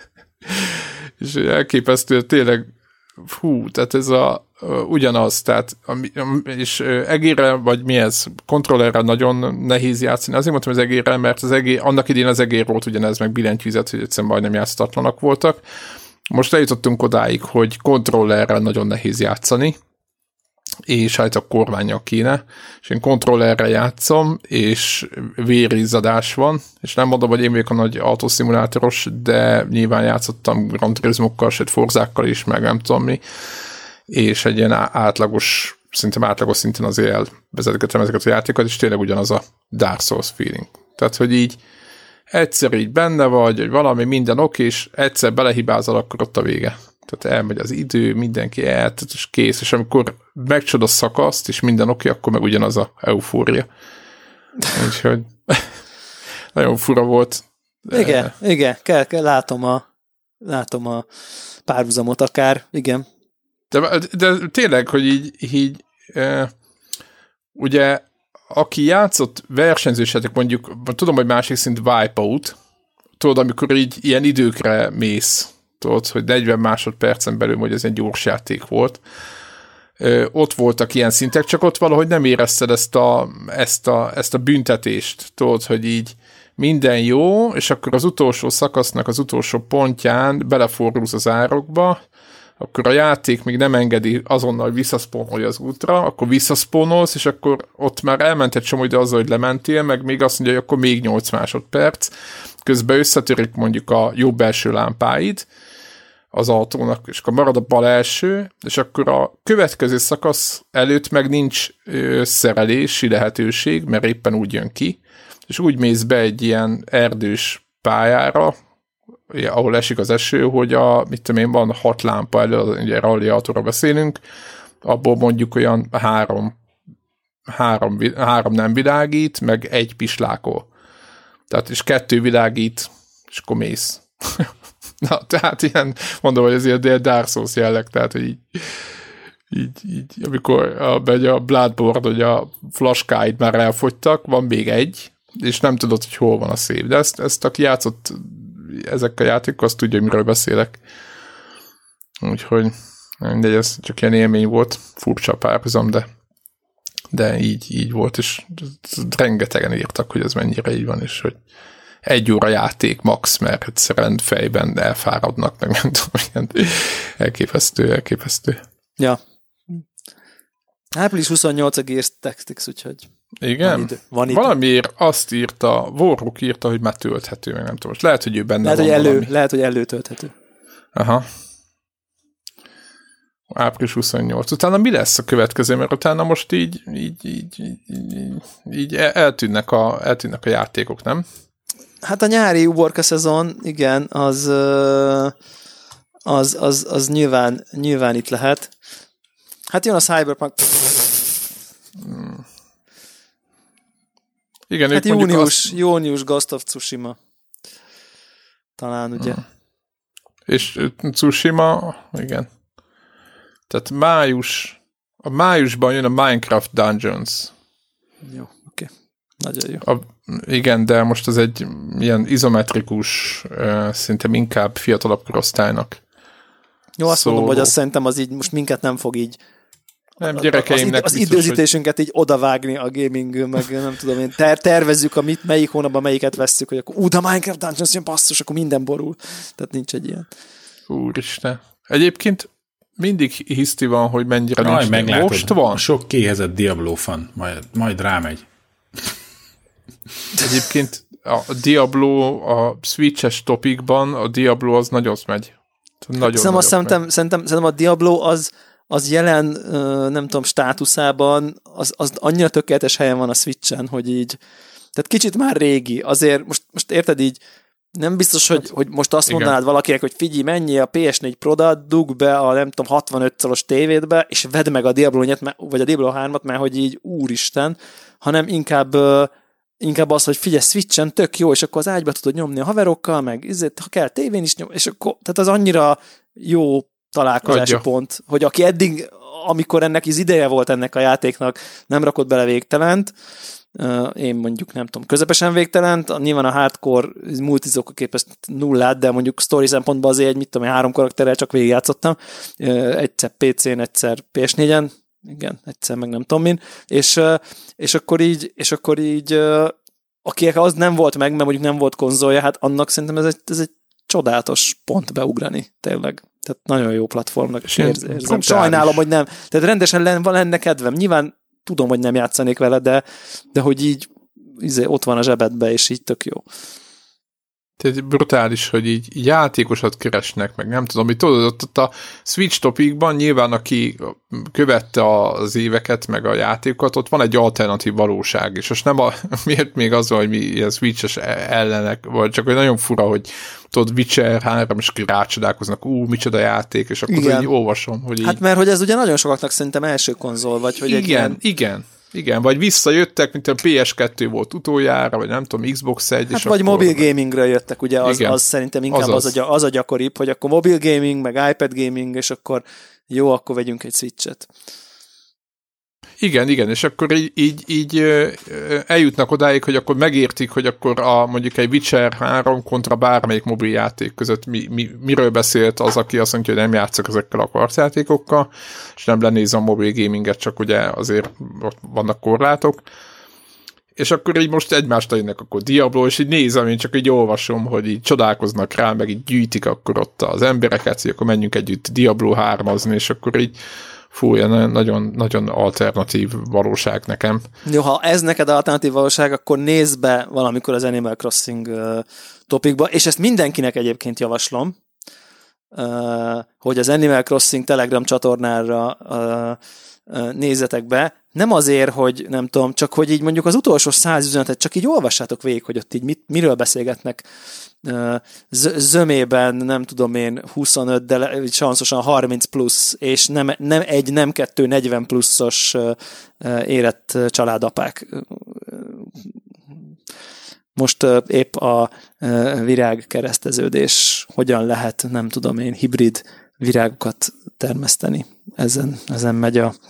és elképesztő, tényleg hú, tehát ez a ugyanaz, tehát és egérrel, vagy mi ez, kontrollerrel nagyon nehéz játszani. Azért mondtam az egérrel, mert az egér, annak idén az egér volt ugyanez, meg billentyűzet, hogy egyszerűen majdnem játszatlanak voltak. Most eljutottunk odáig, hogy kontrollerrel nagyon nehéz játszani, és hát a kormánnyal kéne, és én kontrollerrel játszom, és vérizzadás van, és nem mondom, hogy én vagyok a nagy autoszimulátoros, de nyilván játszottam Gran Turismokkal, sőt Forzákkal is, meg nem tudom mi, és egy ilyen átlagos, szinte átlagos szinten azért elvezetgetem ezeket a játékokat, és tényleg ugyanaz a Dark Souls feeling. Tehát, hogy így egyszer így benne vagy, hogy valami minden oké, és egyszer belehibázol, akkor ott a vége. Tehát elmegy az idő, mindenki eltett, és kész, és amikor megcsod a szakaszt, és minden oké, akkor meg ugyanaz a eufória. Úgyhogy nagyon fura volt. Igen, de... igen, kell, kell, látom a látom a párhuzamot akár, igen. De, de tényleg, hogy így, így ugye aki játszott versenyzősetek, mondjuk, tudom, hogy másik szint Wipeout, tudod, amikor így ilyen időkre mész, tudod, hogy negyven másodpercen belül, hogy ez egy gyors játék volt. Ö, ott voltak ilyen szintek, csak ott valahogy nem érezted ezt a, ezt a, ezt a büntetést, tudod, hogy így minden jó, és akkor az utolsó szakasznak az utolsó pontján belefordulsz az árokba, akkor a játék még nem engedi azonnal, hogy visszaszpónolj az útra, akkor visszaszpónolsz, és akkor ott már elment egy csomó ide azzal, hogy lementél, meg még azt mondja, hogy akkor még nyolc másodperc, közben összetörik mondjuk a jobb első lámpáid az autónak, és akkor marad a bal első, és akkor a következő szakasz előtt meg nincs szerelési lehetőség, mert éppen úgy jön ki, és úgy mész be egy ilyen erdős pályára, ahol esik az eső, hogy a, mit tudom én, van hat lámpa elő, ugye rally autóra beszélünk, abból mondjuk olyan három, három, három nem világít, meg egy pislákol. Tehát, és kettő világít, és akkor mész. Na, tehát ilyen, mondom, hogy ez ilyen Dark Souls jelleg, tehát, hogy így, így, így amikor a, a Bloodborne, hogy a flaskáid már elfogytak, van még egy, és nem tudod, hogy hol van a szép. De ezt, ezt aki játszott ezekkel a játékokkal, azt tudja, miről beszélek. Úgyhogy mindegy, ez csak ilyen élmény volt, furcsa párhuzam, de, de így, így volt, és rengetegen írtak, hogy ez mennyire így van, és hogy egy óra játék max, mert egyszerűen fejben elfáradnak, meg nem tudom, ilyen elképesztő, elképesztő. Ja. április huszonnyolcadika a Gears Tactics, úgyhogy igen? Van idő. Van idő. Valamiért azt írta, Warrook írta, hogy már tölthető, meg nem tudom. Most lehet, hogy ő benne lehet, van hogy elő, valami. lehet, hogy előtölthető. Aha. április huszonnyolcadika. Utána mi lesz a következő? Mert utána most így, így, így, így, így, így eltűnnek, a, eltűnnek a játékok, nem? Hát a nyári uborka szezon, igen, az, az, az, az nyilván, nyilván itt lehet. Hát jön a Cyberpunk. Hmm. Igen, hát ők június, azt... június Ghost of Tsushima. Talán, ugye? Hmm. És Tsushima, igen. Tehát május, a májusban jön a Minecraft Dungeons. Jó, oké. Okay. Nagyon jó. A, igen, de most az egy ilyen izometrikus, uh, szerintem inkább fiatalabb korosztálynak. Jó, azt Szóló. mondom, hogy azt szerintem az így, most minket nem fog így nem, gyerekeimnek az, az biztos, időzítésünket hogy... így odavágni a gaming, meg nem tudom én, ter- tervezzük, a mit, melyik hónapban melyiket vesszük, hogy akkor ú, de Minecraft Dungeons jön, basszus, akkor minden borul. Tehát nincs egy ilyen. Úristen. Egyébként mindig hiszti van, hogy mennyire Jaj, nincs. meglátod, most van. Sok kéhezett Diablo fan, majd, majd rámegy. Egyébként a Diablo a Switch-es topikban a Diablo az nagyon megy. Nagyon hát szerintem, szerintem, szerintem, szerintem a Diablo az, az jelen, nem tudom, státuszában az, az annyira tökéletes helyen van a Switchen, hogy így, tehát kicsit már régi. Azért most, most érted így, nem biztos, hogy, hogy most azt igen. mondanád valakinek, hogy figyelj, menjél a pé es négy Pro-dat, dugd be a nem tudom, hatvanöt szoros tévédbe, és vedd meg a Diablo négyet, vagy a Diablo hármat, mert hogy így úristen, hanem inkább inkább az, hogy figyelj, Switchen tök jó, és akkor az ágyba tudod nyomni a haverokkal, meg izét, ha kell tévén is nyom, és akkor, tehát az annyira jó találkozási Adja. pont, hogy aki eddig, amikor ennek az ideje volt ennek a játéknak, nem rakott bele végtelent, én mondjuk nem tudom, közepesen végtelent, nyilván a hardcore multizókkal képest nullát, de mondjuk story szempontból azért egy, mit tudom, három karakterrel csak végigjátszottam, egyszer pé cén, egyszer pé es négyen, igen, egyszer meg nem tudom min, és, és akkor így, és akkor így akinek az nem volt meg, mert mondjuk nem volt konzolja, hát annak szerintem ez egy, ez egy csodálatos pont beugrani, tényleg. Tehát nagyon jó platformnak és érz, érzem. Sajnálom, hogy nem. Tehát rendesen len, van lenne kedvem. Nyilván tudom, hogy nem játszanék vele, de, de hogy így izé, ott van a zsebedbe, és így tök jó. Tehát brutális, hogy így játékosat keresnek, meg nem tudom, hogy tudod, ott, ott a Switch topikban nyilván, aki követte az éveket, meg a játékokat, ott van egy alternatív valóság, és most nem a, miért még az, hogy mi ilyen Switch-es ellenek, vagy csak hogy nagyon fura, hogy tudod, Witcher három, és rácsodálkoznak, ú, micsoda játék, és akkor így olvasom, hogy így... Hát mert hogy ez ugye nagyon sokaknak szerintem első konzol, vagy hogy igen, egy ilyen... igen. Igen, vagy visszajöttek, mint a pé es kettő volt utoljára, vagy nem tudom, Xbox egy. Hát és vagy akkor... mobil gamingre jöttek, ugye az, igen, az szerintem inkább az, az, a, az a gyakoribb, hogy akkor mobil gaming, meg iPad gaming, és akkor jó, akkor vegyünk egy Switchet. Igen, igen, és akkor így, így, így eljutnak odáig, hogy akkor megértik, hogy akkor a, mondjuk egy Witcher három kontra bármelyik mobiljáték között mi, mi, miről beszélt az, aki azt mondja, hogy nem játszok ezekkel a kartjátékokkal, és nem lenézem a mobil gaminget, csak ugye azért ott vannak korlátok. És akkor így most egymást jönnek akkor Diablo, és így nézem, én csak így olvasom, hogy így csodálkoznak rá, meg így gyűjtik akkor ott az embereket, hogy akkor menjünk együtt Diablo hármazni, és akkor így fú, nagyon, nagyon alternatív valóság nekem. Jó, ha ez neked alternatív valóság, akkor nézd be valamikor az Animal Crossing uh, topikba, és ezt mindenkinek egyébként javaslom, uh, hogy az Animal Crossing Telegram csatornára uh, uh, nézzetek be. Nem azért, hogy nem tudom, csak hogy így mondjuk az utolsó száz üzenetet csak így olvassátok végig, hogy ott így mit, miről beszélgetnek. Z- zömében, nem tudom én, huszonöt, de sanszosan harminc plusz, és nem, nem egy, nem kettő, negyven pluszos érett családapák. Most épp a virágkereszteződés, hogyan lehet, nem tudom én, hibrid virágokat termeszteni. Ezen, ezen megy a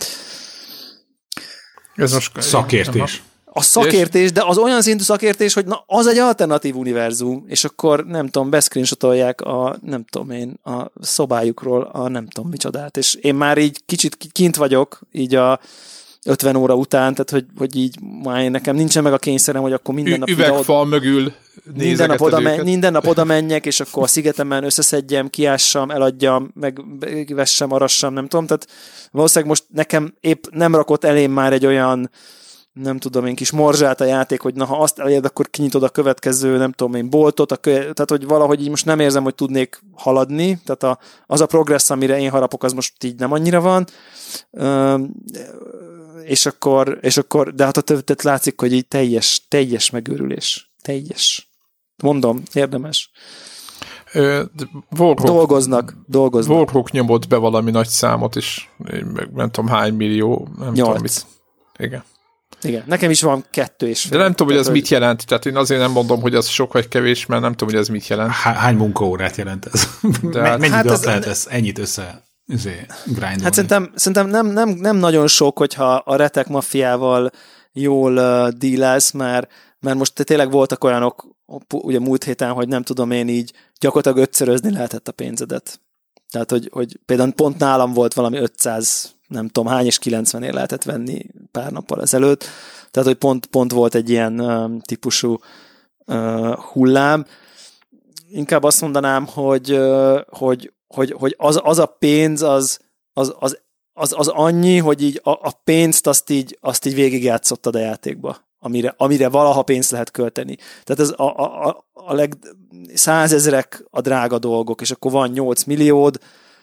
Ez most szakértés. A szakértés, de az olyan szintű szakértés, hogy na, az egy alternatív univerzum, és akkor nem tudom, beszcreenshotolják a, nem tudom én, a szobájukról a nem tudom micsodát, és én már így kicsit kint vagyok, így a ötven óra után, tehát hogy, hogy így már nekem nincsen meg a kényszerem, hogy akkor minden nap... Üvegfal mögül minden nap, oda men, minden nap oda menjek, és akkor a szigetemen összeszedjem, kiássam, eladjam, megvessem, arassam, nem tudom, tehát valószínűleg most nekem épp nem rakott elém már egy olyan, nem tudom én, kis morzsát a játék, hogy na, ha azt elérd, akkor kinyitod a következő, nem tudom én, boltot, a kö... tehát hogy valahogy így most nem érzem, hogy tudnék haladni, tehát a, az a progressz, amire én harapok, az most így nem annyira van, Üm, és akkor, és akkor, de hát a többet látszik, hogy így teljes, teljes megőrülés. Teljes. Mondom, érdemes. Ö, Warhawk, dolgoznak, dolgoznak. Warhawk nyomott be valami nagy számot, és meg nem tudom hány millió, nem Nyolc. tudom mit. Igen. Igen, nekem is van kettő és fél. De nem tudom, hogy ez hogy... mit jelent. Tehát én azért nem mondom, hogy az sok vagy kevés, mert nem tudom, hogy ez mit jelent. Hány munkaórát jelent ez? De hát, Mennyi hát ez lehet ez ennyit össze grindolni? Hát szerintem, szerintem nem, nem, nem nagyon sok, hogyha a retek maffiával jól uh, dílelsz, mert, mert most tényleg voltak olyanok, ugye múlt héten, hogy nem tudom én így gyakorlatilag ötszörözni lehetett a pénzedet. Tehát, hogy, hogy például pont nálam volt valami ötszáz, nem tudom hány, és kilencvenért lehetett venni pár nappal ezelőtt. Tehát, hogy pont, pont volt egy ilyen um, típusú uh, hullám. Inkább azt mondanám, hogy, uh, hogy, hogy, hogy az, az a pénz, az, az, az, az, az annyi, hogy így a, a pénzt azt így, azt így végigjátszottad a játékba. Amire, amire valaha pénzt lehet költeni. Tehát ez a, a, a leg százezrek a drága dolgok, és akkor van nyolc milliód.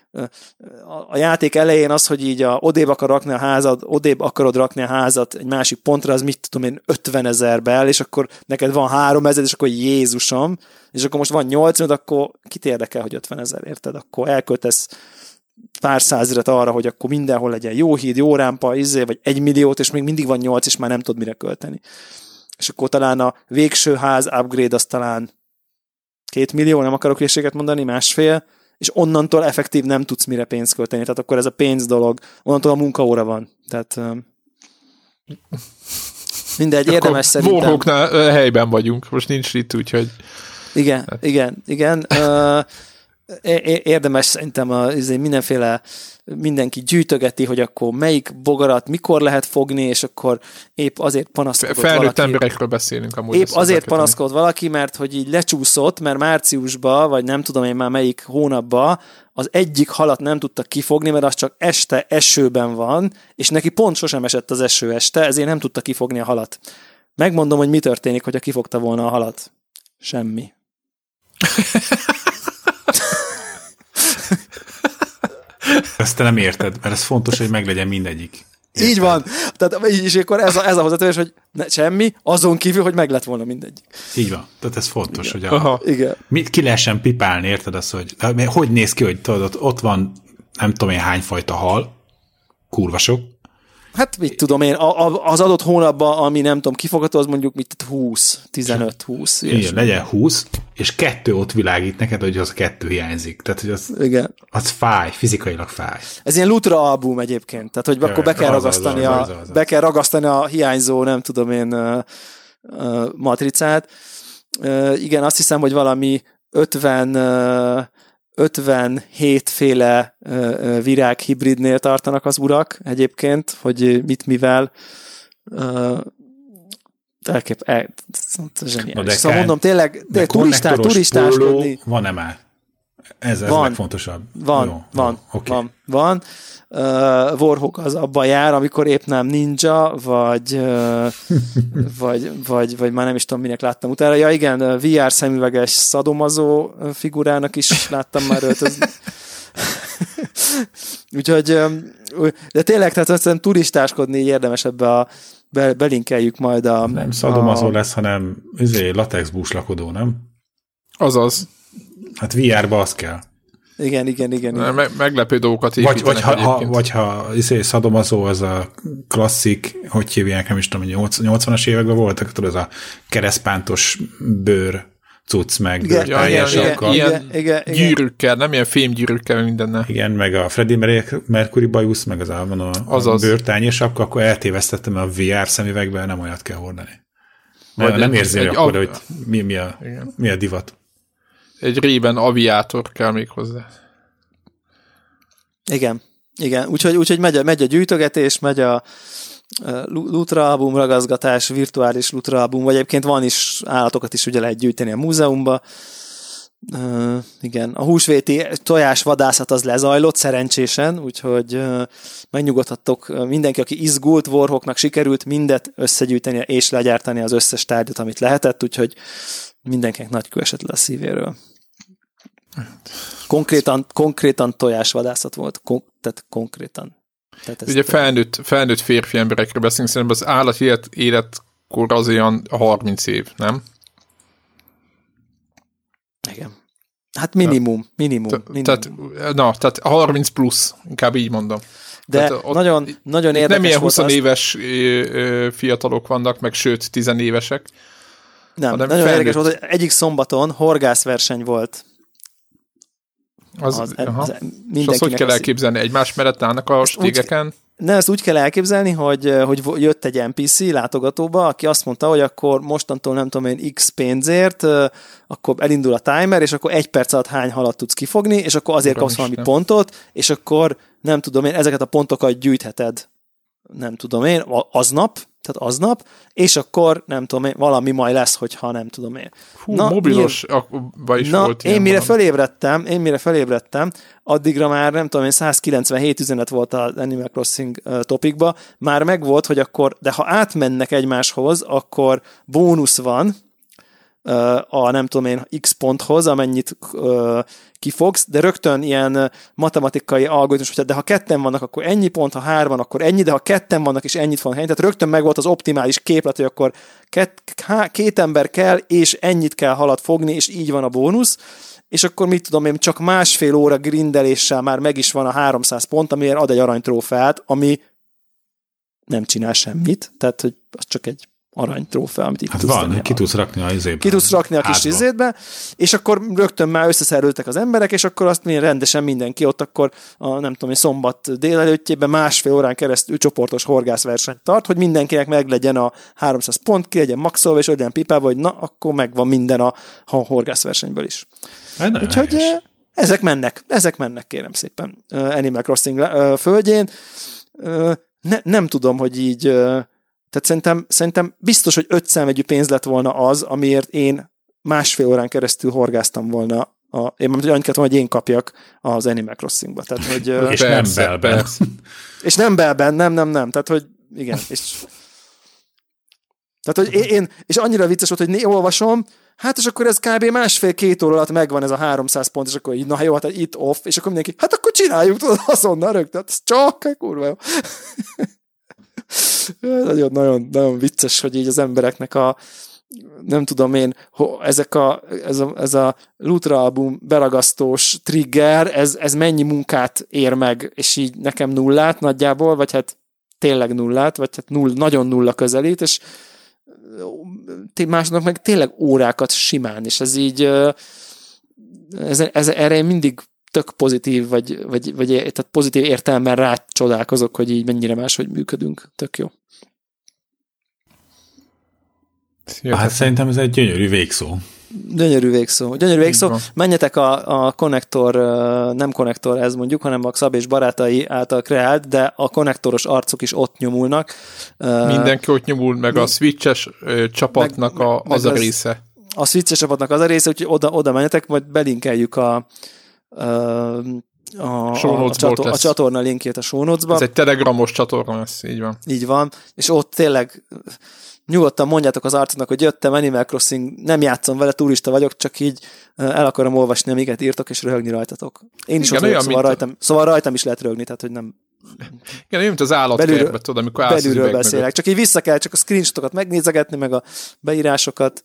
A, a játék elején az, hogy így a, odébb akar rakni a házad, odébb akarod rakni a házat egy másik pontra, az mit tudom én, ötven ezerbe el, és akkor neked van három ezer, és akkor Jézusom, és akkor most van nyolcvan, akkor kit érdekel, hogy ötven ezer, érted? Akkor elköltesz pár százezret arra, hogy akkor mindenhol legyen jó híd, jó rámpa, izé, vagy egy milliót, és még mindig van nyolc, és már nem tudod mire költeni. És akkor talán a végső ház upgrade az talán két millió, nem akarok hülyeséget mondani, másfél, és onnantól effektív nem tudsz mire pénzt költeni. Tehát akkor ez a pénz dolog, onnantól a munkaóra van. Tehát mindegy, érdemes szerintem. Warhawknál helyben vagyunk, most nincs itt, úgyhogy... Igen, hát. igen, igen. Uh, érdemes szerintem a, mindenféle mindenki gyűjtögeti, hogy akkor melyik bogarat mikor lehet fogni, és akkor épp azért panaszkodott Felnőtt valaki. emberekről beszélünk amúgy. Épp azért panaszkodott valaki, mert hogy így lecsúszott, mert márciusban, vagy nem tudom én már melyik hónapban az egyik halat nem tudta kifogni, mert az csak este esőben van, és neki pont sosem esett az eső este, ezért nem tudta kifogni a halat. Megmondom, hogy mi történik, hogyha kifogta volna a halat. Semmi. Ezt te nem érted, mert ez fontos, hogy meglegyen mindegyik. Érted? Így van. Tehát így is akkor ez a, ez a hozzátötés, hogy ne, semmi, azon kívül, hogy meg lett volna mindegyik. Így van. Tehát ez fontos, igen. hogy a, igen. Mit, ki lehessen pipálni, érted azt, hogy hogy néz ki, hogy tudod, ott van nem tudom én hányfajta hal, kurva sok, Hát mit tudom én, a, a, az adott hónapban, ami nem tudom, kifogató, az mondjuk mit húsz, tizenöt húsz. Igen, legyen húsz, és kettő ott világít neked, hogy az a kettő hiányzik. Tehát, hogy az, igen. az fáj, fizikailag fáj. Ez ilyen Lutra album egyébként, tehát, hogy akkor be kell, az ragasztani az, az, az, az, az. A, be kell ragasztani a hiányzó, nem tudom én, uh, uh, matricát. Uh, igen, azt hiszem, hogy valami ötven, uh, ötvenhét féle uh, virág hibridnél tartanak az urak egyébként, hogy mit mivel uh, elkép, el, zseniális. Szóval mondom, tényleg, tényleg turistás, turistáskodni. Van-e már? Ez, ez van, legfontosabb. Van, jó, van, jó, okay. van, van. Uh, Warhawk az abban jár, amikor épp nem ninja, vagy, uh, vagy, vagy, vagy már nem is tudom, minek láttam utána. Ja igen, vé er szemüveges szadomazó figurának is láttam már öltözni. Úgyhogy, de tényleg, tehát aztán turistáskodni érdemes ebbe a be, belinkeljük majd a... Nem szadomazó a... lesz, hanem üzé, latex búslakodó, nem? Azaz. Hát vé er-ba az kell. Igen, igen, igen. igen. Me- meglepő dolgokat építenek vagy, vagy ha, ha, vagy ha izé, szadomazó, az a klasszik, hogy hívják, nem is tudom, nyolcvanas években voltak, tudod, az a keresztpántos bőr cucc, meg igen, ja, ilyen, ilyen, ilyen igen, gyűrűkkel, nem ilyen fémgyűrűkkel mindennel. Igen, meg a Freddie Mercury bajusz, meg az álban a, a bőrtányés sapka, akkor eltévesztettem, mert a vé er szemüvegben nem olyat kell hordani. Nem, nem érzi egy, akkor, egy, hogy mi, mi, a, mi a divat. Egy Ray-Ban aviátor kell még hozzá. Igen, igen. Úgyhogy, úgyhogy megy, a, megy a gyűjtögetés, megy a Lutra album ragazgatás, virtuális Lutra album, vagy egyébként van is, állatokat is ugye lehet gyűjteni a múzeumba. Uh, igen, a húsvéti tojásvadászat az lezajlott szerencsésen, úgyhogy uh, megnyugodhattok, mindenki, aki izgult, Warhawknak sikerült mindet összegyűjteni és legyártani az összes tárgyat, amit lehetett, úgyhogy mindenkinek nagy kő esett le a szívéről. Konkrétan, konkrétan tojásvadászat volt, Kon- tehát konkrétan. Tehát ugye felnőtt, felnőtt férfi emberekről beszélünk, szerintem az állat élet, életkor az olyan harminc év, nem? Igen. Hát minimum, minimum. Te, minimum. Tehát, na, tehát harminc plusz, inkább így mondom. De ott, nagyon, nagyon érdekes nem ilyen húsz volt éves ö, fiatalok vannak, meg sőt, tizenévesek. Nem, nagyon felnőtt. Érdekes volt, hogy egyik szombaton horgászverseny volt. Az, az, az, és azt hogy kell elképzelni? Egymás mellett állnak a stégeken? Ne, ezt úgy kell elképzelni, hogy, hogy jött egy en pé cé látogatóba, aki azt mondta, hogy akkor mostantól nem tudom én x pénzért, akkor elindul a timer, és akkor egy perc alatt hány halat tudsz kifogni, és akkor azért kapsz valami pontot, és akkor nem tudom én, ezeket a pontokat gyűjtheted, nem tudom én, aznap, tehát aznap, és akkor nem tudom én, valami majd lesz, hogyha nem tudom én. Hú, na, mobilos mi, is na, volt én mire felébredtem, én mire felébredtem, addigra már nem tudom én, száz kilencvenhét üzenet volt az Animal Crossing uh, topikba, már megvolt, hogy akkor, de ha átmennek egymáshoz, akkor bónusz van, a nem tudom én x ponthoz, amennyit uh, kifogsz, de rögtön ilyen matematikai algoritmus, hogy de ha ketten vannak, akkor ennyi pont, ha hárman, akkor ennyi, de ha ketten vannak, és ennyit fognak helyni, tehát rögtön megvolt az optimális képlet, hogy akkor két, két ember kell, és ennyit kell halat fogni, és így van a bónusz, és akkor mit tudom én, csak másfél óra grindeléssel már meg is van a háromszáz pont, amiért ad egy aranytrófeát, ami nem csinál semmit, tehát hogy az csak egy aranytrófea, amit itt hát van, ki tudsz rakni a izébe. Ki tudsz rakni a kis izétbe, és akkor rögtön már összeszerültek az emberek, és akkor azt rendesen mindenki ott akkor a nem tudom, szombat délelőttjében másfél órán keresztül csoportos horgászversenyt tart, hogy mindenkinek meglegyen a háromszáz pont, ki legyen maxolva, és legyen pipába, hogy na, akkor megvan minden a, a horgászversenyből is. Hát úgyhogy helyes. Ezek mennek, ezek mennek, kérem szépen, Animal Crossing földjén. Ne, nem tudom, hogy így tehát szerintem, szerintem biztos, hogy öt számjegyű pénz lett volna az, amiért én másfél órán keresztül horgáztam volna. A, én mondom, hogy annyit kellett volna, hogy én kapjak az Animal Crossingba. Tehát, hogy, és persze, nem belben. És nem belben, nem, nem, nem. Tehát, hogy igen. És, tehát, hogy én, én, és annyira vicces volt, hogy né, olvasom, hát és akkor ez kb. Másfél-két óra alatt megvan ez a háromszáz pont, és akkor így, na jó, hát itt off, és akkor mindenki, hát akkor csináljuk, tudod, azonnal rögtön. Ez csak, kurva jó. Nagyon, nagyon, nagyon vicces, hogy így az embereknek a nem tudom én, ezek a, ez a, ez a Lutra album beragasztós trigger, ez, ez mennyi munkát ér meg, és így nekem nullát nagyjából, vagy hát tényleg nullát, vagy hát null, nagyon nulla közelít, és másoknak meg tényleg órákat simán, és ez így ez, ez, erre én mindig tök pozitív, vagy, vagy, vagy tehát pozitív értelemben rácsodálkozok, hogy így mennyire máshogy működünk. Tök jó. Hát szerintem ez egy gyönyörű végszó. Gyönyörű végszó. Gyönyörű végszó. Menjetek a, a konnektor, nem konnektor ez mondjuk, hanem a Xab és barátai által kreált, de a konnektoros arcok is ott nyomulnak. Mindenki ott nyomul, meg Mi? a Switches csapatnak meg, a, az meg a része. A Switches csapatnak az a része, úgyhogy oda, oda menjetek, majd belinkeljük a a, a, a, csator, a csatorna linkjét a show notes-ba. Ez egy telegramos csatorna lesz, így van. Így van, és ott tényleg nyugodtan mondjátok az arcodnak, hogy jöttem, Animal Crossing, nem játszom vele, turista vagyok, csak így el akarom olvasni, amiket írtok, és röhögni rajtatok. Én is igen, ott vagyok, szóval, rajtam, a... szóval rajtam is lehet röhögni, tehát hogy nem... Igen, olyan, mint az állatkertbe, tudod, amikor állsz az üveg beszélek. Mögött. Csak így vissza kell, csak a screenshotokat megnézegetni, meg a beírásokat.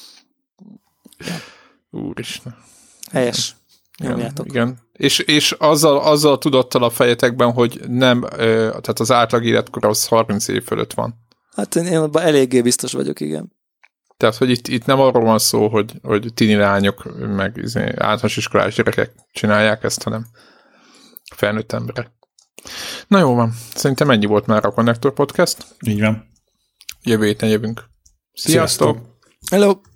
Úristen. Helyes. Igen, igen. És, és azzal, azzal tudattal a fejetekben, hogy nem, tehát az átlag életkor az harminc év fölött van. Hát én, én abban eléggé biztos vagyok, igen. Tehát, hogy itt, itt nem arról van szó, hogy, hogy tini lányok, meg általános iskolás gyerekek csinálják ezt, hanem felnőtt emberek. Na jó van, szerintem ennyi volt már a Konnektor Podcast. Így van. Jövő héten jövünk. Sziasztok! Hello!